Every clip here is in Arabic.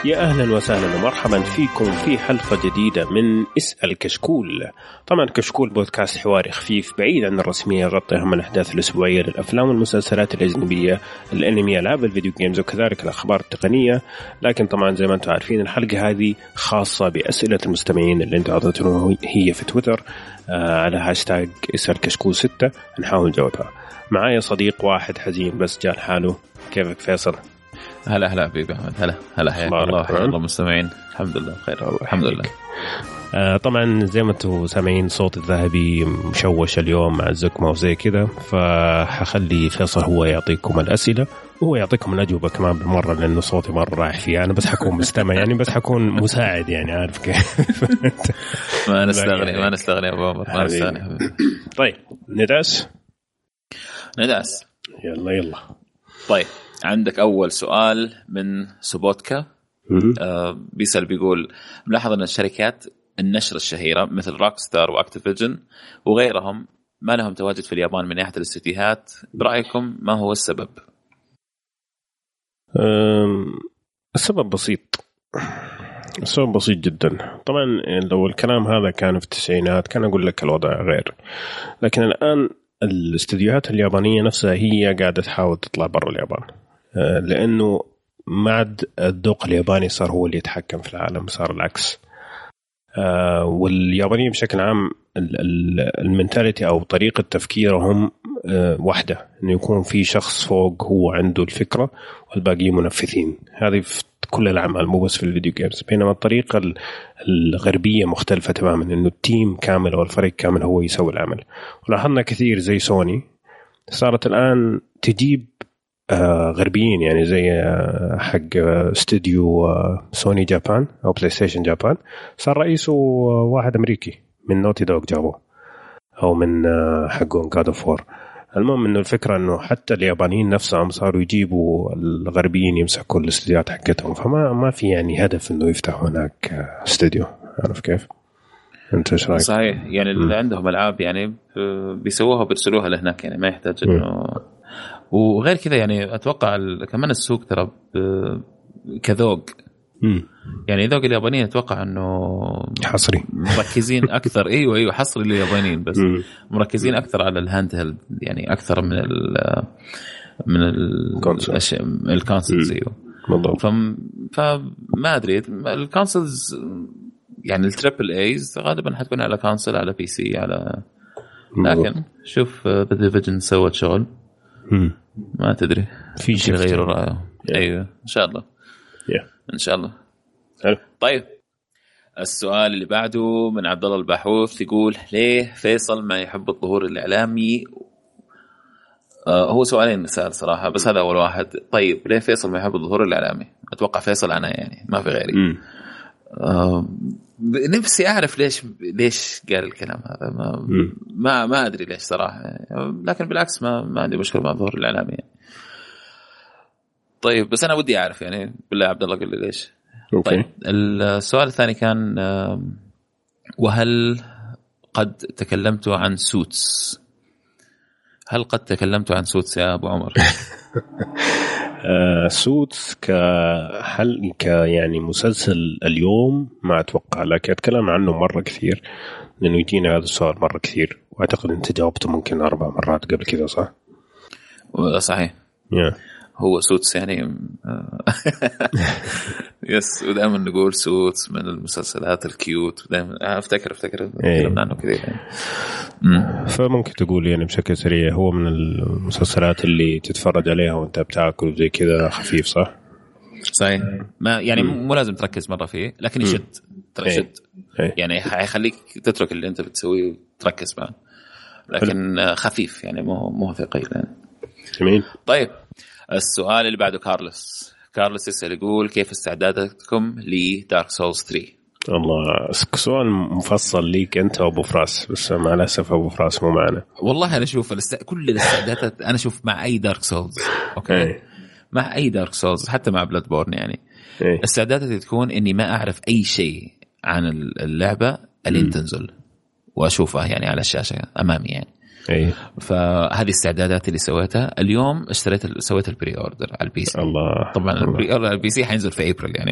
يا أهلا وسهلا ومرحبا فيكم في حلقة جديدة من اسأل كشكول. طبعا كشكول بودكاست حواري خفيف بعيد عن الرسمية، يغطي أهم الأحداث الأسبوعية للأفلام والمسلسلات الأجنبية، الأنمي، ألعاب الفيديو جيمز، وكذلك الأخبار التقنية. لكن طبعا زي ما أنتم عارفين الحلقة هذه خاصة بأسئلة المستمعين اللي أنتم عطيتوها هي في تويتر على هاشتاج اسأل كشكول 6. نحاول نجاوبها. معايا صديق واحد حزين بس جاء حاله. كيفك فيصل؟ هلا حبيبي أحمد. هلا حياك الله. حياك الله مستمعين. الحمد لله بخير الحمد لله. طبعا زي ما انتم سامعين صوت الذهبي مشوش اليوم مع الزكمة وزي كده، فحخلي فيصل هو يعطيكم الأسئلة وهو يعطيكم الأجوبة كمان بالمرة، لأنه صوتي مرة رايح فيه. أنا بس حكون مستمع يعني، بس حكون مساعد يعني، عارف كيف. ما نستغني أبو عمر، ما نستغني. طيب ندعس يلا. طيب عندك أول سؤال من سوبوتكا. بيسأل بيقول ملاحظ أن الشركات النشر الشهيرة مثل روكستار وأكتيفيجن وغيرهم ما لهم تواجد في اليابان من ناحية الاستديوهات، برأيكم ما هو السبب؟ السبب بسيط جدا. طبعا لو الكلام هذا كان في التسعينات كان أقول لك الوضع غير، لكن الآن الاستديوهات اليابانية نفسها هي قاعدة تحاول تطلع برا اليابان، لأنه معد الذوق الياباني صار هو اللي يتحكم في العالم، صار العكس. واليابانيين بشكل عام المنتاليتي أو طريقة تفكيرهم واحدة، إنه يكون في شخص فوق هو عنده الفكرة والباقيين منفذين. هذه في كل الأعمال مو بس في الفيديو جيمز. بينما الطريقة الغربية مختلفة تماما، إنه التيم كامل أو الفريق كامل هو يسوي العمل. ولاحظنا كثير زي سوني صارت الآن تجيب غربيين، يعني زي حق استوديو سوني جابان أو بلاي ستيشن جابان، صار رئيسه واحد أمريكي من نوتي دوغ جابوه، أو من حقون God of War. المهم إنه الفكرة إنه حتى اليابانيين نفسهم صاروا يجيبوا الغربيين يمسكوا الاستديوهات حقتهم، فما في يعني هدف إنه يفتح هناك استوديو. عارف كيف؟ أنت إيش رأيك؟ صحيح، يعني اللي عندهم ألعاب يعني بيسووها وبيرسلوها لهناك، يعني ما يحتاج إنه. وغير كذا يعني أتوقع كمان السوق ترى كذوق، يعني ذوق اليابانيين أتوقع إنه حصري مركزين أكثر. أيوة حصري لليابانيين، بس مركزين أكثر على الهاند هيلد، يعني أكثر من الكونسولز. أيوة فما أدري الكونسولز يعني التريبل ايز غالبا حتكون على كونسول، على بي سي، على. لكن شوف ذا ديفيجن سوت شغل، ما تدري في شيء يغيروا رأيه. ايوه ان شاء الله ان شاء الله. طيب السؤال اللي بعده من عبد الله الباحوث، يقول ليه فيصل ما يحب الظهور الإعلامي؟ هو سؤالين نسأل صراحة، بس هذا أول واحد. طيب ليه فيصل ما يحب الظهور الإعلامي؟ أتوقع فيصل أنا، يعني ما في غيري. نفسي أعرف ليش قال الكلام هذا. ما أدري ليش صراحة، لكن بالعكس ما عندي مشكلة مع الظهور الإعلامي يعني. طيب بس أنا ودي أعرف يعني، بالله عبد الله قل لي ليش. طيب السؤال الثاني كان وهل قد تكلمت عن سوتس؟ هل قد تكلمت عن سوتس يا أبو عمر؟ سوتس يعني مسلسل اليوم ما أتوقع، لكن أتكلم عنه مرة كثير، لأنه يجينا هذا السؤال مرة كثير، وأعتقد أنت جاوبته ممكن 4 مرات قبل كذا، صح؟ صحيح. هو سوتس يعني يس، ودائما نقول سوتس من المسلسلات الكيوت، ودائما افتكر تكلمنا عنه كثير يعني. فممكن تقول يعني بشكل سريع هو من المسلسلات اللي تتفرج عليها وانت بتاكل زي كذا، خفيف، صح؟ صحيح. ما يعني مو لازم تركز مرة فيه، لكن يشد ترى يشد يعني هيخليك تترك اللي انت بتسويه وتركز معه، لكن خفيف يعني مو ثقيل يعني. جميل. طيب السؤال اللي بعده كارلوس يسأل يقول كيف استعداداتكم لدارك سولز 3؟ والله سؤال مفصل ليك انت وابو فراس، بس مع الاسف ابو فراس مو معنا. والله انا اشوف كل الاستعدادات، انا اشوف مع اي دارك سولز اوكي مع اي دارك سولز حتى مع بلاد بورن يعني استعداداتي تكون اني ما اعرف اي شيء عن اللعبه اللي تنزل واشوفها يعني على الشاشه امامي يعني. فهذه استعدادات اللي سويتها اليوم. سويت البري اوردر على البي سي. الله. طبعا البري اوردر على البي سي حينزل في ابريل يعني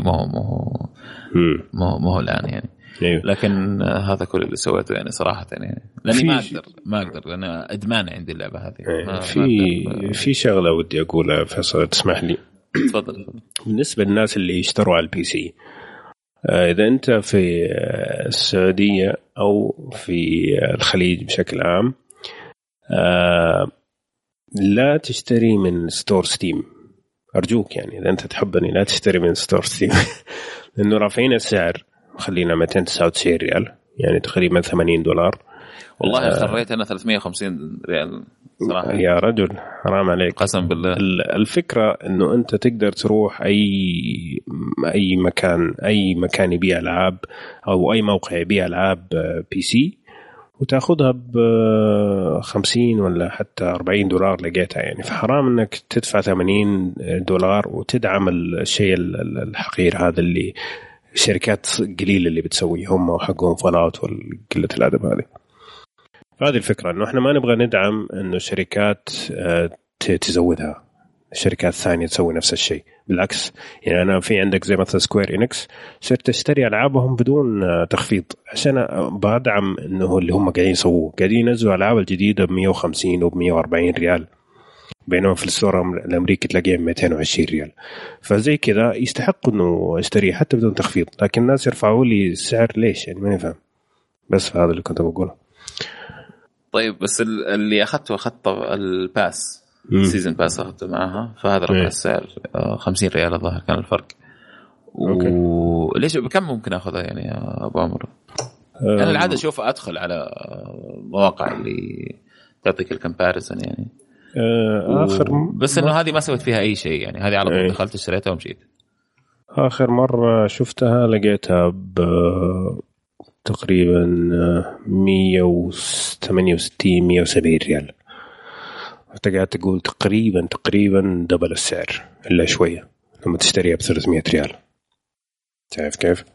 مو الان يعني. لكن هذا كل اللي سويته يعني صراحه يعني لاني ما اقدر لان ادمان عندي اللعبه هذه. في شغله ودي اقولها فيصل تسمح لي؟ تفضل. بالنسبه للناس اللي يشتروا على البي سي، إذا أنت في السعودية أو في الخليج بشكل عام، لا تشتري من ستور ستيم أرجوك. يعني إذا أنت تحبني لا تشتري من ستور ستيم لأنه رافعين السعر، خلينا 299 ريال يعني تقريبا $80. والله اختريت أنا 350 ريال صراحة. يا رجل حرام عليك قسم بالله. الفكرة انه انت تقدر تروح اي مكان يبيع العاب او اي موقع يبيع العاب بي سي وتاخذها ب$50 ولا حتى $40 لقيتها يعني. فحرام انك تدفع $80 وتدعم الشيء الحقير هذا اللي شركات قليلة اللي بتسويه هم وحقهم فلاوت والقلة الادب هذه. هذه الفكرة إنه إحنا ما نبغى ندعم إنه شركات تزودها الشركات الثانية تسوي نفس الشيء. بالعكس يعني أنا في عندك زي مثلا سكوير إنكس صرت أشتري ألعابهم بدون تخفيض عشان بدعم إنه اللي هم قاعدين يسووه. قاعدين ينزلوا ألعاب الجديدة ب$150 وب$140 ريال، بينما في الستور الأمريكي تلاقيه $220 ريال. فزي كذا يستحق إنه أشتري حتى بدون تخفيض، لكن الناس يرفعوا لي السعر ليش يعني؟ ما نفهم. بس هذا اللي كنت بقوله. طيب بس اللي أخذت الباس سيزن باس أخذته معها، فهذا رفع السعر $50 الظاهر كان الفرق. وليش بكم ممكن أخذها يعني يا أبو عمر؟ أنا العادة أشوف أدخل على مواقع اللي تعطيك الكمباريزن يعني بس إنه هذه ما سويت فيها أي شيء يعني. هذه على طول دخلت اشتريتها ومشيت. آخر مرة شفتها لقيتها تقريبا 168-170 ريال. انت قاعد تقول تقريبا دبل السعر الا شويه لما تشتريها ب$300 ريال. تعرف كيف؟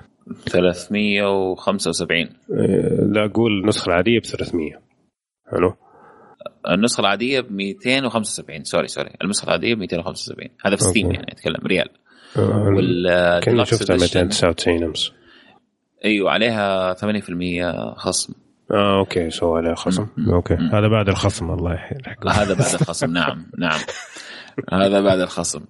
375. لا اقول النسخه العاديه ب$300. حلو. النسخه العاديه ب$275. سوري النسخه العاديه ب$275. هذا في ستيم يعني اتكلم ريال. كان شفتها 299 امس. ايوه عليها 8% خصم. اوكي سو عليها خصم. اوكي هذا بعد الخصم. الله يحفظك. هذا بعد الخصم. نعم هذا بعد الخصم.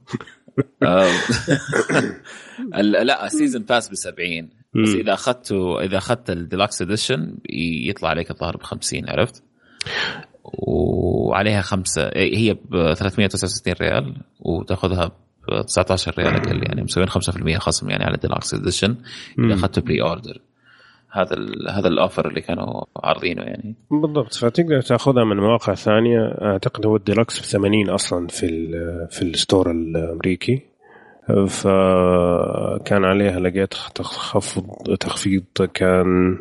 لا سيزن باس ب$70 بس اذا اخذت الديلكس اديشن يطلع عليك الظاهر ب$50 عرفت. وعليها 5 هي ب$369 ريال وتاخذها $19 ريال أقل يعني مسوين 5% خصم يعني على الديلكس اديشن اذا اخذت بري اوردر. هذا الاوفر اللي كانوا عارضينه يعني بالضبط. فتقدر تاخذها من مواقع ثانيه. اعتقد هو الديلكس ب$80 اصلا في الستور الامريكي، فكان عليها لقيت تخفيض كان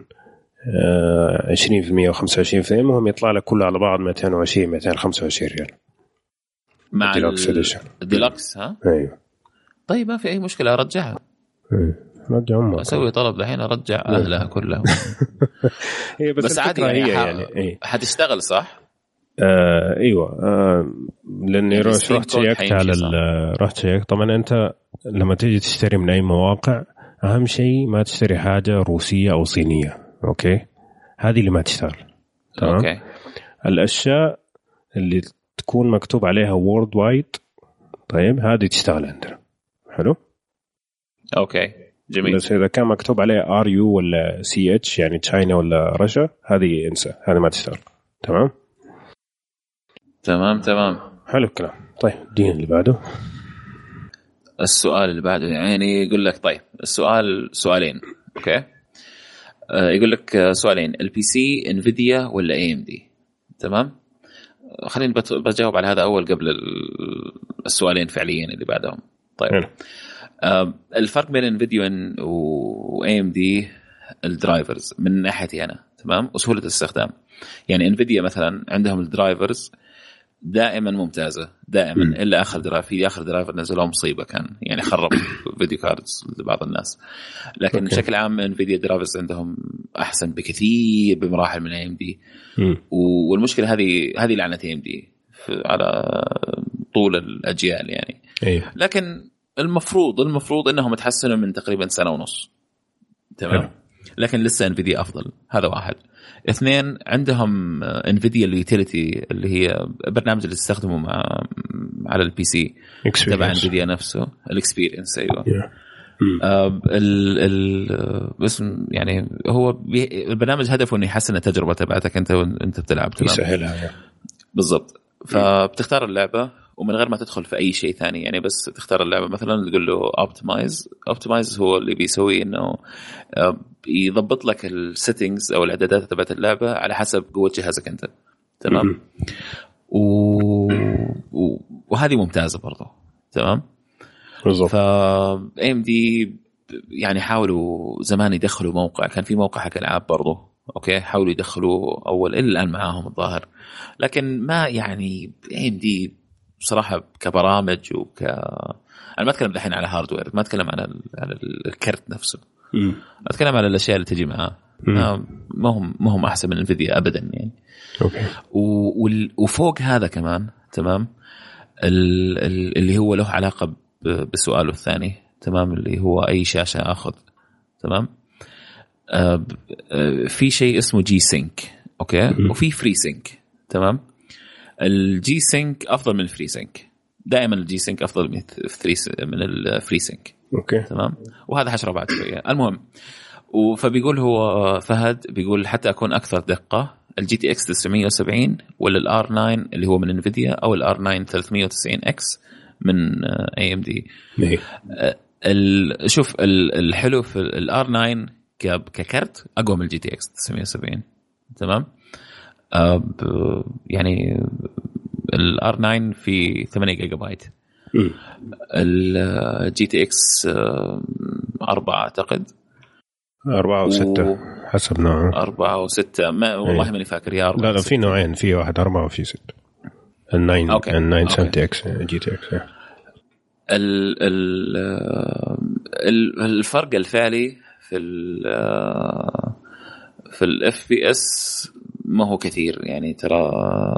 20% و25%. المهم يطلع لك كله على بعض 225 ريال مع الديلكس. ها ايوه طيب ما في اي مشكله ارجعها. رجع امك. اسوي طلب الحين ارجع اهلها كلها. بس عادي هي يعني حتشتغل صح. ايوه لاني رحت شيكت على رحت شيكت. طبعا انت لما تيجي تشتري من اي مواقع اهم شيء ما تشتري حاجه روسيه او صينيه. اوكي هذه اللي ما تشتغل. تمام. اوكي الاشياء اللي تكون مكتوب عليها وورد وايد طيب هذه تشتغل عندنا. حلو. اوكي جميل. بس إذا كان مكتوب عليه RU ولا CH يعني تشاينا ولا رشا هذه انسى، هذه ما تشتغل. تمام حلو الكلام. طيب الدين اللي بعده. السؤال اللي بعده يعني يقول لك طيب السؤال سؤالين. اوكي يقول لك سؤالين البي سي انفيديا ولا AMD. تمام خليني بجاوب على هذا اول قبل السؤالين فعليا اللي بعدهم. طيب الفرق بين انفيديا و AMD الدرايفرز من ناحيتي انا. تمام وسهوله الاستخدام. يعني انفيديا مثلا عندهم الدرايفرز دائما ممتازه دائما الا اخر درايفر نزلوا مصيبه كان يعني خرب فيديو كاردز لبعض الناس. لكن بشكل عام انفيديا درايفرز عندهم احسن بكثير بمراحل من AMD. والمشكله هذه لعنه AMD على طول الاجيال يعني. لكن المفروض انهم يتحسنوا من تقريبا سنه ونص. تمام. لكن لسه انفيديا افضل. هذا واحد. اثنين عندهم انفيديا اليوتيليتي اللي هي برنامج اللي تستخدمه على البي سي تبع انفيديا نفسه الاكسبيرينس. ايوه بس يعني هو البرنامج هدفه انه يحسن التجربه تبعتك انت بتلعب. يسهلها بالضبط. فبتختار اللعبه ومن غير ما تدخل في اي شيء ثاني يعني بس تختار اللعبه مثلا تقول له اوبتمايز هو اللي بيسوي انه يضبط لك السيتنجز او الاعدادات تبعت اللعبه على حسب قوه جهازك انت. تمام. وهذه ممتازه برضه. تمام. بالضبط. AMD يعني حاولوا زمان يدخلوا موقع كان في موقع حق العاب برضه اوكي حاولوا يدخلوا اول الى الان معاهم الظاهر لكن ما يعني AMD بصراحه كبرامج انا ما اتكلم الحين على هاردوير ما اتكلم على الكرت نفسه اتكلم على الاشياء اللي تجي معاه ما هم احسن من انفيديا ابدا يعني. اوكي. وفوق هذا كمان تمام اللي هو له علاقه بسؤاله الثاني تمام اللي هو اي شاشه اخذ. تمام. في شيء اسمه جي سينك اوكي وفي فري سينك. تمام. الجي سينك افضل من الفري سينك. دائما الجي سينك افضل من الفري سينك. اوكي. تمام. وهذا حشره بعد شويه. المهم فبيقول هو فهد بيقول حتى اكون اكثر دقه الجي تي اكس 970 ولا الار 9 اللي هو من انفيديا او الار 9 390 اكس من اي ام دي. شوف الحلو في الار 9 ككرت اقوى من الجي تي اكس 970. تمام. يعني الار 9 في 8 جيجا بايت. الجي تي اكس 4 اعتقد 4 و6 حسب نوعه. 4 و6 ما والله ماني فاكر يا 4. لا في نوعين في واحد 4 وفي 6. ال9 970 اكس جي تي اكس. الفرق الفعلي في الاف بي اس ما هو كثير يعني ترى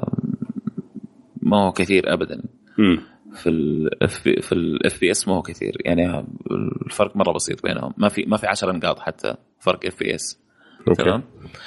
ما هو كثير ابدا. في الاف بي اس ما هو كثير يعني الفرق مره بسيط بينهم ما في 10 نقاط حتى فرق اف بي اس. تمام.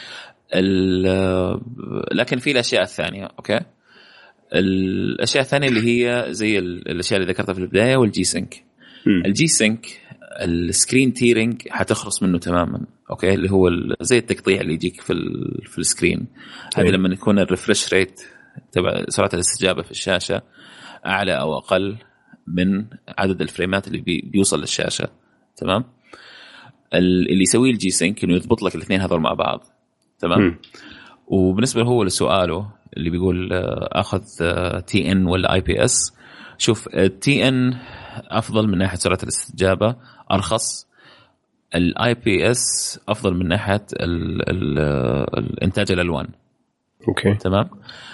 لكن في الاشياء الثانيه اوكي الاشياء الثانيه اللي هي زي الاشياء اللي ذكرتها في البدايه والجي سينك. الجي سينك السكرين تيرنج حتخلص منه تماما اوكي اللي هو زي التقطيع اللي يجيك في السكرين. هذا لما يكون الريفرش ريت تبع سرعه الاستجابه في الشاشه اعلى او اقل من عدد الفريمات اللي بيوصل للشاشه. تمام. اللي يسويه الجي سينك انه يضبط لك الاثنين هذول مع بعض. تمام. وبالنسبه هو لسؤاله اللي بيقول اخذ تي ان ولا اي بي اس. شوف التي ان افضل من ناحيه سرعه الاستجابه ارخص. الاي بي اس افضل من ناحيه الانتاج الالوان. اوكي. تمام.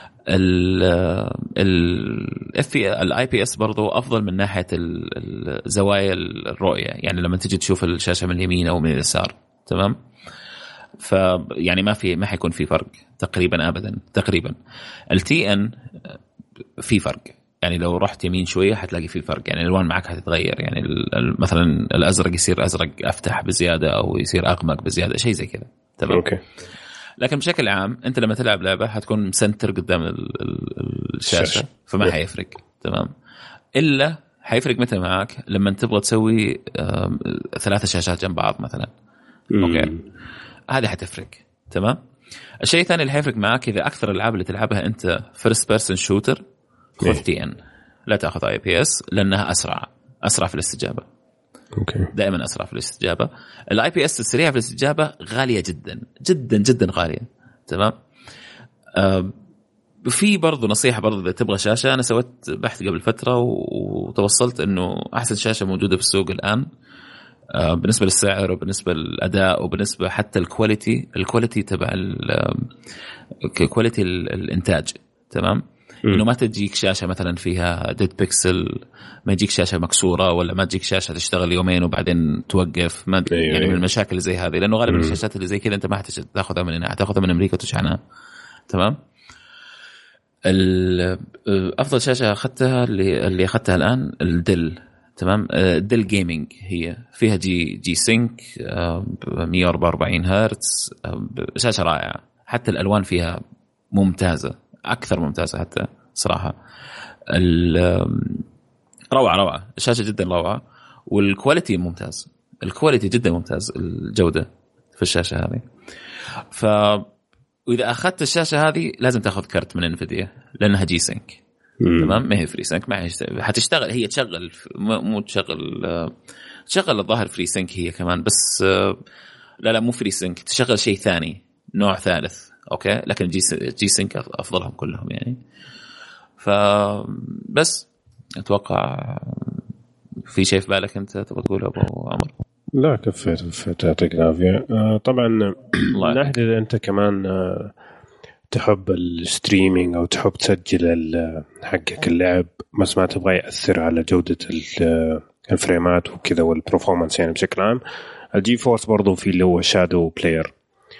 الاي بي اس برضو افضل من ناحيه زوايا الرؤيه يعني لما تجي تشوف الشاشه من اليمين او من اليسار. تمام. فيعني ما حيكون في فرق تقريبا ابدا تقريبا. التي ان في فرق يعني لو رحت يمين شويه حتلاقي في فرق يعني الالوان معك حتتغير يعني مثلا الازرق يصير ازرق افتح بزياده او يصير اغمق بزياده شيء زي كذا. تمام. اوكي. لكن بشكل عام انت لما تلعب لعبه حتكون مسنتر قدام الشاشه فما حيفرق. تمام. الا حيفرق متى معك لما تبغى تسوي 3 شاشات جنب بعض مثلا. اوكي هذه حتفرق. تمام. الشيء الثاني اللي حيفرق معك اذا اكثر الالعاب اللي تلعبها انت فيرست بيرسون شوتر خذ تي ان لا تاخذ اي بي اس لانها اسرع في الاستجابه. اوكي. دائما اسرع في الاستجابه. الاي بي اس السريع في الاستجابه غاليه جدا جدا جدا غاليه. تمام. في برضو نصيحه برضو اذا تبغى شاشه انا سويت بحث قبل فتره وتوصلت انه احسن شاشه موجوده في السوق الان بالنسبه للسعر وبالنسبه للاداء وبالنسبه حتى الكواليتي تبع الكواليتي الانتاج. تمام. انه ما تجيك شاشه مثلا فيها ديد بيكسل، ما يجيك شاشه مكسوره، ولا ما تجيك شاشه تشتغل يومين وبعدين توقف، ما يعني من المشاكل اللي زي هذه، لانه غالبا الشاشات اللي زي كذا انت ما حتحتاج تاخذها من هنا، تاخذها من امريكا وتشحنها. تمام. افضل شاشه اخذتها اللي اخذتها الان الدل. تمام. دل جيمنج، هي فيها جي سينك 144 هرتز، شاشه رائعه، حتى الالوان فيها ممتازه، اكثر ممتازه حتى صراحه. روعه الشاشه جدا روعه، والكواليتي ممتاز، الكواليتي جدا ممتاز، الجوده في الشاشه هذه. واذا اخذت الشاشه هذه لازم تاخذ كارت من انفيديا لانها جي سينك. تمام. ما هي فري سينك، ما هي حتشتغل، هي تشغل مو تشغل الظاهر فري سينك هي كمان، بس لا مو فري سينك، تشغل شيء ثاني نوع ثالث. اوكي. لكن جي سينك افضلهم كلهم يعني. فبس اتوقع في شيء في بالك انت تبغى تقوله ابو عمر؟ لا كفيت يعطيك العافيه. طبعا من ناحيه اذا انت كمان تحب الستريمينج او تحب تسجل حقك اللعب بس ما تبغى ياثر على جوده الفريمات وكذا والبرفورمانس يعني بشكل عام، الجي فورس برضو في اللي هو شادو بلاير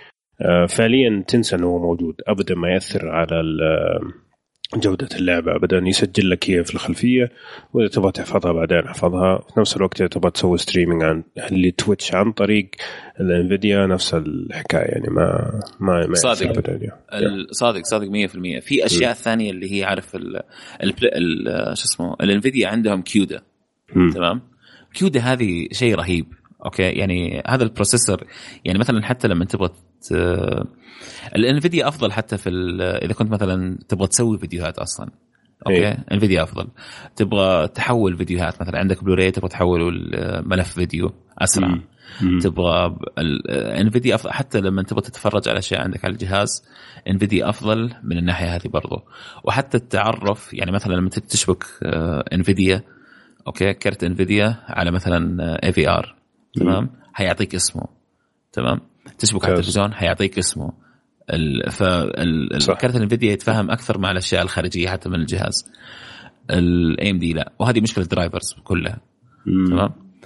فعليا تنسى انه موجود ابدا، ما ياثر على جودة اللعبة أبدا، يسجل لك هي في الخلفية، وإذا تبغى تحفظها بعدين احفظها. في نفس الوقت إذا تبغى تسوي ستريمينج عن اللي تويتش عن طريق الانفيديا نفس الحكاية يعني، ما صادق صادق 100%. في أشياء ثانية اللي هي عارف شو اسمه الانفيديا عندهم كيودا. تمام. كيودا هذه شيء رهيب. أوكي. يعني هذا البروسيسور يعني مثلا حتى لما تبغى الانفيديا افضل حتى في اذا كنت مثلا تبغى تسوي فيديوهات اصلا. اوكي. انفيديا افضل. تبغى تحول فيديوهات مثلا عندك بلوراي تبغى تحوله ملف فيديو اسرع. تبغى انفيديا افضل حتى لما تبغى تتفرج على اشياء عندك على الجهاز، انفيديا افضل من الناحيه هذه برضو. وحتى التعرف يعني مثلا لما تشبك انفيديا اوكي كرت انفيديا على مثلا اي في ار تمام هيعطيك اسمه. تمام. تشبك على التلفزيون هيعطيك اسمه. فالكارت الانفيديا يتفاهم اكثر مع الاشياء الخارجيه حتى من الجهاز. الاي ام دي لا، وهذه مشكله الدرايفرز كلها. تمام.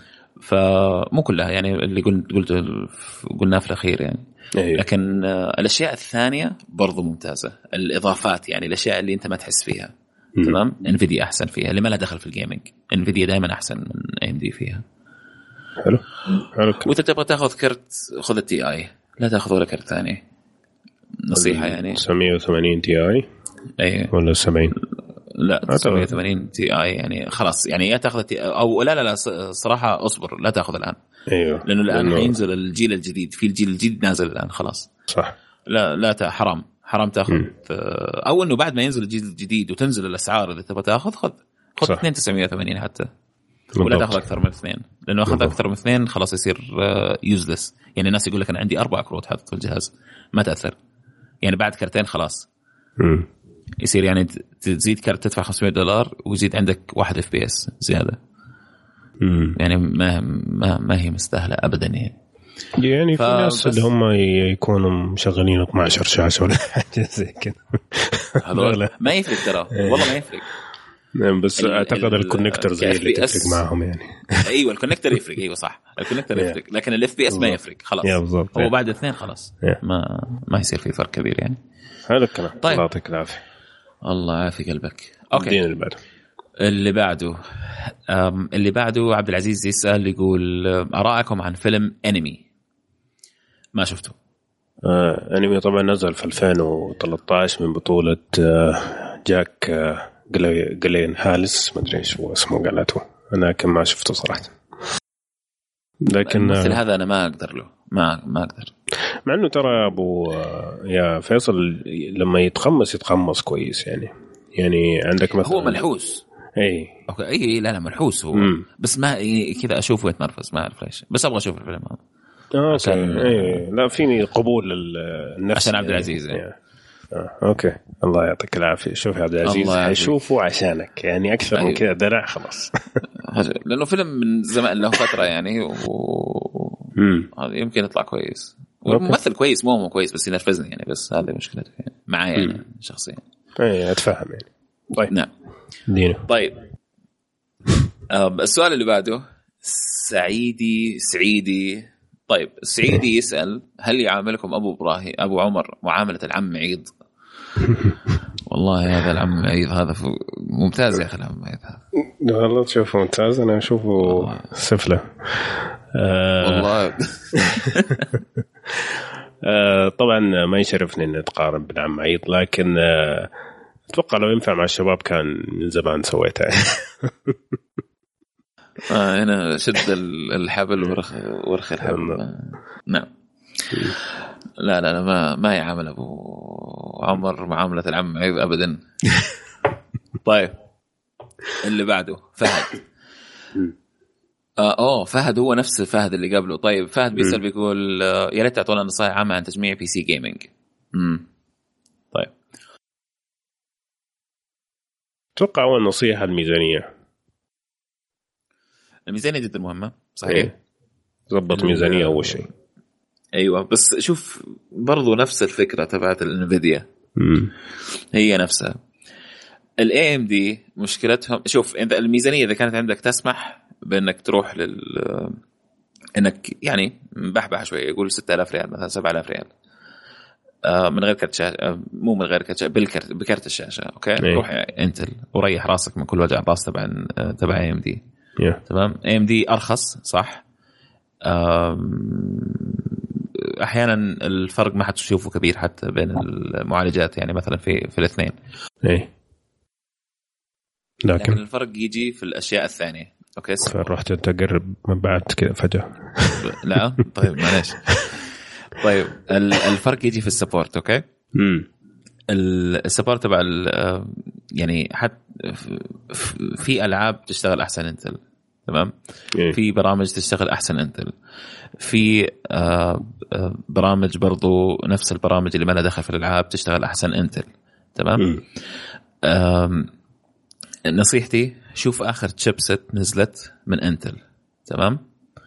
فمو كلها يعني اللي قلنا في الاخير يعني. لكن الاشياء الثانيه برضو ممتازه، الاضافات يعني الاشياء اللي انت ما تحس فيها. تمام. انفيديا احسن فيها، اللي ما له دخل في الجيمنج انفيديا دائما احسن من اي ام دي فيها. حلو. وانت تبغى تاخذ كرت خذ التي اي، لا تاخذ ولا كرت ثاني، نصيحه يعني. 980 تي اي اي ولا 70؟ لا 980 تي اي يعني خلاص يعني يا تاخذ او لا صراحه اصبر لا تاخذ الان. ايوه لانه الان حينزل الجيل الجديد، في الجيل الجديد نازل الان خلاص. صح. لا حرام تاخذ او انه بعد ما ينزل الجيل الجديد وتنزل الاسعار اذا تبغى تاخذ خذ 2980 حتى. ولا تاخذ اكثر من 2 لانه اخذ اكثر من 2 خلاص يصير يوزلس. يعني الناس يقول لك انا عندي 4 كروت حاطط في الجهاز ما تاثر يعني بعد كرتين خلاص يصير يعني تزيد كرت تدفع $500 ويزيد عندك 1 FPS زياده. يعني ما هي مستاهله ابدا يعني في ناس اللي هم يكونوا مشغلين 12 شاشه ولا حاجه زي كذا ما يفرق ترى والله ما يفرق. بس اعتقد الكونكتور زي اللي تفرق معهم يعني. ايوه الكونكتور يفرق. ايوه صح الكونكتور يفرق لكن الاف بي اس ما يفرق خلاص. هو بعد 2 خلاص ما يصير في فرق كبير يعني. هذا الكلام. طيب. الله يعطيك العافيه. الله يعافي قلبك. اوكي اللي بعده عبد العزيز يسأل يقول آراءكم عن فيلم انمي ما شفته. انمي طبعا نزل في 2013 من بطولة جاك جلين هالس، ما ادري ايش هو اسمه قالته انا كم ما شفته صراحه. لكن مثل هذا انا ما اقدر له ما اقدر، مع انه ترى ابو يا فيصل لما يتخمس كويس يعني عندك مثلا هو ملحوس. اي اوكي اي لا ملحوس هو بس ما كذا اشوفه يتنرفز ما اعرف ليش، بس ابغى اشوف الفيلم هذا. عشان لا فيني قبول النفس عشان عبد العزيز اوكي الله يعطيك العافيه. شوف يا عبد العزيز حيشوفه عشانك يعني اكثر من كذا درع خلاص. لانه فيلم من زمان له فتره يعني هذا يمكن يطلع كويس وممثل كويس مو كويس بس ينرفزني يعني، بس هذه مشكلته يعني معايا يعني شخصيا. اي اتفهم يعني طيب نعم دينا. طيب السؤال اللي بعده سعيدي. طيب السعيدي يسأل هل يعاملكم أبو عمر معاملة العم عيد؟ والله هذا العم عيد هذا ممتاز يا أخي العم عيد هذا والله تشوفه ممتاز. أنا أشوفه سفلة والله. طبعا ما يشرفني أن أتقارب بالعم عيد، لكن أتوقع لو ينفع مع الشباب كان من زمان سويتها. هنا شد الحبل ورخ الحبل. نعم. لا ما يعامل أبو عمر معاملة العم عيد أبدا. طيب اللي بعده فهد. فهد هو نفس فهد اللي قبله. طيب فهد بيسأل بيقول يا ريت تعطونا نصائح عامة عن تجميع بي سي جيمنج. طيب أتوقع أول نصيحة الميزانية جدا مهمة صحيح. ضبط ميزانية أول شيء. أيوة بس شوف برضو نفس الفكرة تبعت الانفيديا هي نفسها. الاي ام دي مشكلتهم شوف انت الميزانية إذا كانت عندك تسمح بأنك تروح انك يعني مبحبح شوية يقول 6000 ريال مثلا 7000 ريال من غير كرت شاشة، مو من غير كرت شاشة بكرت الشاشة. اوكي روح انتل وريح راسك من كل وجع راس تبع اي ام دي. تمام. اي ام دي ارخص صح. احيانا الفرق ما حتشوفه كبير حتى بين المعالجات يعني مثلا في الاثنين. لكن الفرق يجي في الاشياء الثانيه. اوكي فرحت تقرب من بعد كذا فجأة. لا طيب معلش. طيب الفرق يجي في السبورت. اوكي السبورت تبع يعني حتى في العاب تشتغل احسن انتل. تمام. في برامج تشتغل احسن انتل. في برامج برضو نفس البرامج اللي ما لها دخل في الالعاب تشتغل احسن انتل. تمام. نصيحتي شوف آخر تشيبسيت نزلت من انتل. تمام.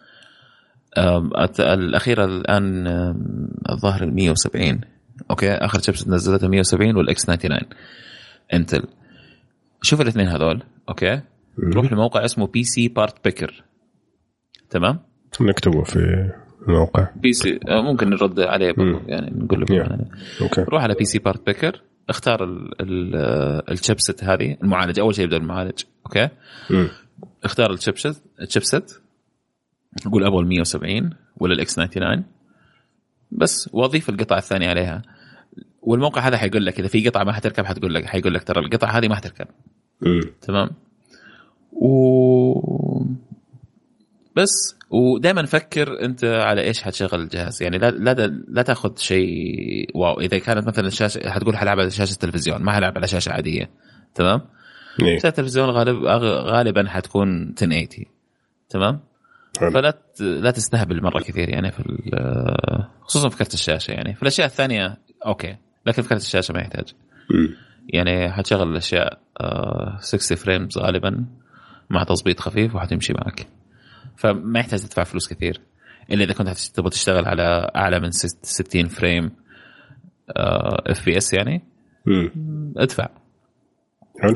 الأخيرة الآن الظاهر 170. أوكي آخر تشيبسيت نزلتها 170 والإكس 99 انتل. شوف الاثنين هذول. أوكي روح لموقع اسمه بي سي بارت بيكر. تمام نكتبه في الموقع بي سي ممكن نرد عليه برضو يعني نقول له روح على بي سي بارت بيكر اختار الشيبسيت هذه المعالج. اول شيء يبدا المعالج. اوكي اختار الشيبسيت قول ابغى 170 ولا الاكس 99 بس واضيف القطعه الثانيه عليها. والموقع هذا حيقول لك اذا في قطعه ما حتركب حيقول لك ترى القطعه هذه ما حتركب. تمام. بس ودائما فكر انت على ايش حتشغل الجهاز يعني لا تاخذ شيء واو. اذا كانت مثلا الشاشه حتقول حلعب على شاشه التلفزيون ما حلعب على شاشه عاديه. تمام. شاشه التلفزيون غالبا حتكون 1080. تمام. فلا تستهبل مره كثير يعني في خصوصا في كرت الشاشه يعني. في الاشياء الثانيه اوكي لكن في كرت الشاشه ما يحتاج يعني حتشغل الاشياء 60 فريمز غالبا مع تظبيط خفيف وحتمشي معك. فما يحتاج تدفع فلوس كثير إلا إذا كنت تبغى تشتغل على أعلى من 60 فريم FPS يعني ادفع. حلو.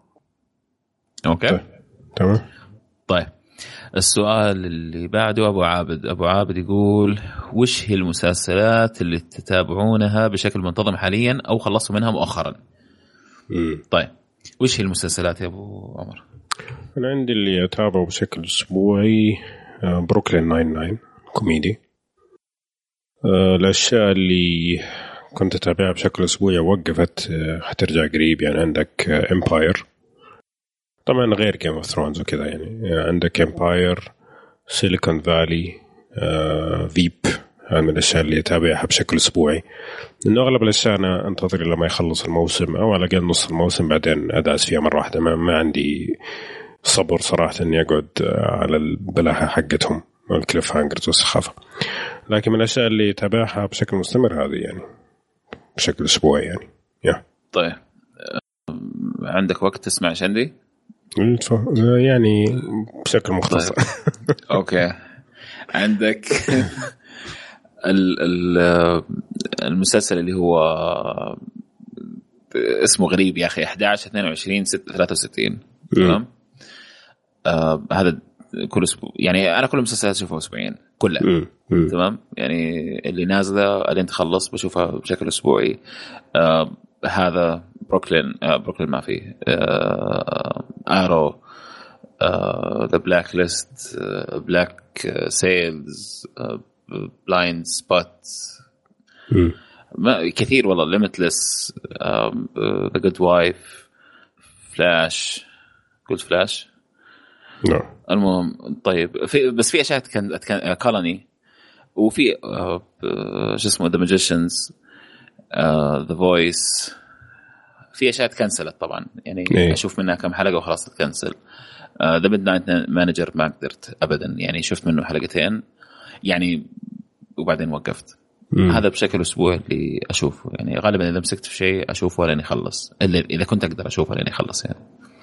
أوكي تمام. طيب السؤال اللي بعده أبو عابد يقول وش هي المسلسلات اللي تتابعونها بشكل منتظم حاليا أو خلصوا منها مؤخرا؟ طيب وش هي المسلسلات يا أبو عمر؟ أنا عندي اللي أتابعه بشكل أسبوعي بروكلين 99 كوميدي. الأشياء اللي كنت أتابعها بشكل أسبوعي وقفت حترجع قريب يعني. عندك إمباير طبعا غير جيم اوف ثرونز وكذا يعني. عندك إمباير سيليكون فالي فيب. هذه من الأشياء اللي أتابعها بشكل أسبوعي لأنه أغلب الأشياء أنا أنتظر لما يخلص الموسم أو على الأقل نص الموسم بعدين أدعس فيها مرة واحدة. ما عندي صبر صراحة إني أقعد على البلاحة حقتهم والكليف هانجرز والسخافة. لكن من الأشياء اللي أتابعها بشكل مستمر هذه يعني بشكل أسبوعي يعني. طيب عندك وقت تسمع ايش عندي؟ يعني بشكل مختصر. طيب. أوكي عندك المسلسل اللي هو اسمه غريب يا اخي 11 22 6 63 تمام. هذا كل اسبوع يعني انا كل مسلسلات اشوفها اسبوعيا كلها تمام يعني اللي نازله اللي تخلص بشوفها بشكل اسبوعي. هذا بروكلين ما فيه ارو ذا بلاك ليست بلاك سيلز بلايند سبوت كثير والله ليميتلس ذا جود وايف فلاش قلت فلاش المهم طيب بس في اشياء كان كولوني وفي شو اسمه ذا ماجيشنز ذا فويس في اشياء تكنسلت طبعا يعني اشوف منها كم حلقه وخلاص تكنسل. ذا ميدنايت مانجر ما قدرت ابدا يعني شفت منه حلقتين يعني وبعدين وقفت. هذا بشكل اسبوع اللي اشوفه يعني غالبا اذا مسكت في شيء اشوفه لين يخلص اذا كنت اقدر اشوفه لين يخلص يعني.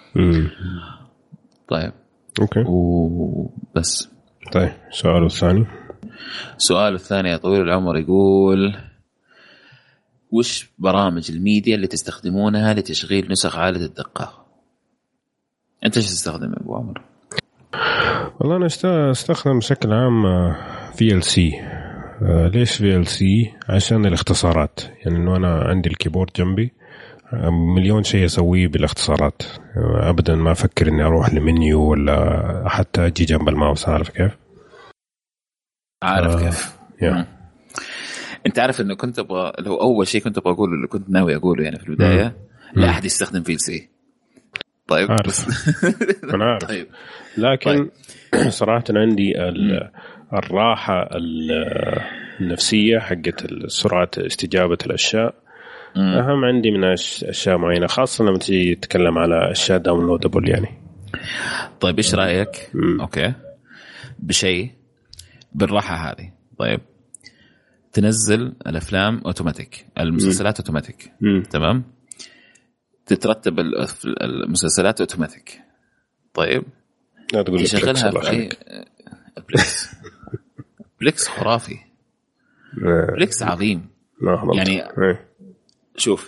طيب اوكي وبس. طيب السؤال الثاني يا طويل العمر يقول وش برامج الميديا اللي تستخدمونها لتشغيل نسخ عالية الدقة؟ انت ايش تستخدم يا ابو عمر؟ والله انا استخدم بشكل عام VLC. ليش VLC؟ عشان الاختصارات يعني انه انا عندي الكيبورد جنبي مليون شيء اسويه بالاختصارات ابدا ما افكر اني اروح لمنيو ولا حتى اجي جنب الماوس. عارف كيف انت عارف انه كنت ابغى لو اول شيء كنت ابغى اقوله اللي كنت ناوي اقوله يعني في البدايه لا احد يستخدم VLC. طيب عارف. انا عارف طيب. لكن طيب. صراحه عندي الراحه النفسيه حقت سرعه استجابه الاشياء أهم عندي من أشياء معينة خاصة لما تيجي تتكلم على أشياء داونلودبل يعني. طيب إيش رأيك أوكي بشيء بالراحة هذه؟ طيب تنزل الأفلام أوتوماتيك المسلسلات أوتوماتيك تمام تترتب المسلسلات أوتوماتيك. طيب لا تقول لي تشغلها في أي بليكس خرافي بليكس عظيم يعني شوف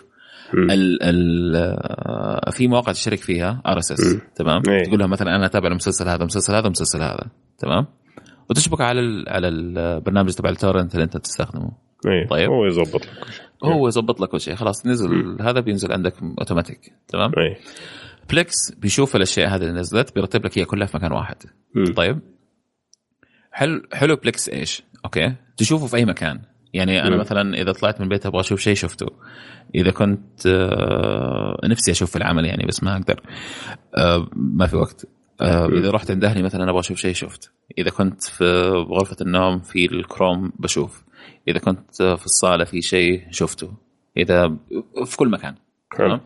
في مواقع تشترك فيها RSS تمام تقول لها مثلا انا اتابع المسلسل هذا تمام وتشبك على البرنامج تبع التورنت اللي انت تستخدمه. طيب هو يضبط لك كل شيء خلاص نزل هذا بينزل عندك اوتوماتيك تمام. بليكس بيشوف الاشياء هذه اللي نزلت بيرتب لك هي كلها في مكان واحد. طيب حلو بليكس ايش اوكي تشوفه في اي مكان يعني أنا مثلا إذا طلعت من البيت أبغى أشوف شيء شفته إذا كنت نفسي أشوف في العمل يعني بس ما أقدر ما في وقت إذا رحت عند أهلي مثلا أبغى أشوف شيء شفت إذا كنت في غرفة النوم في الكروم بشوف إذا كنت في الصالة في شيء شفته إذا في كل مكان تمام.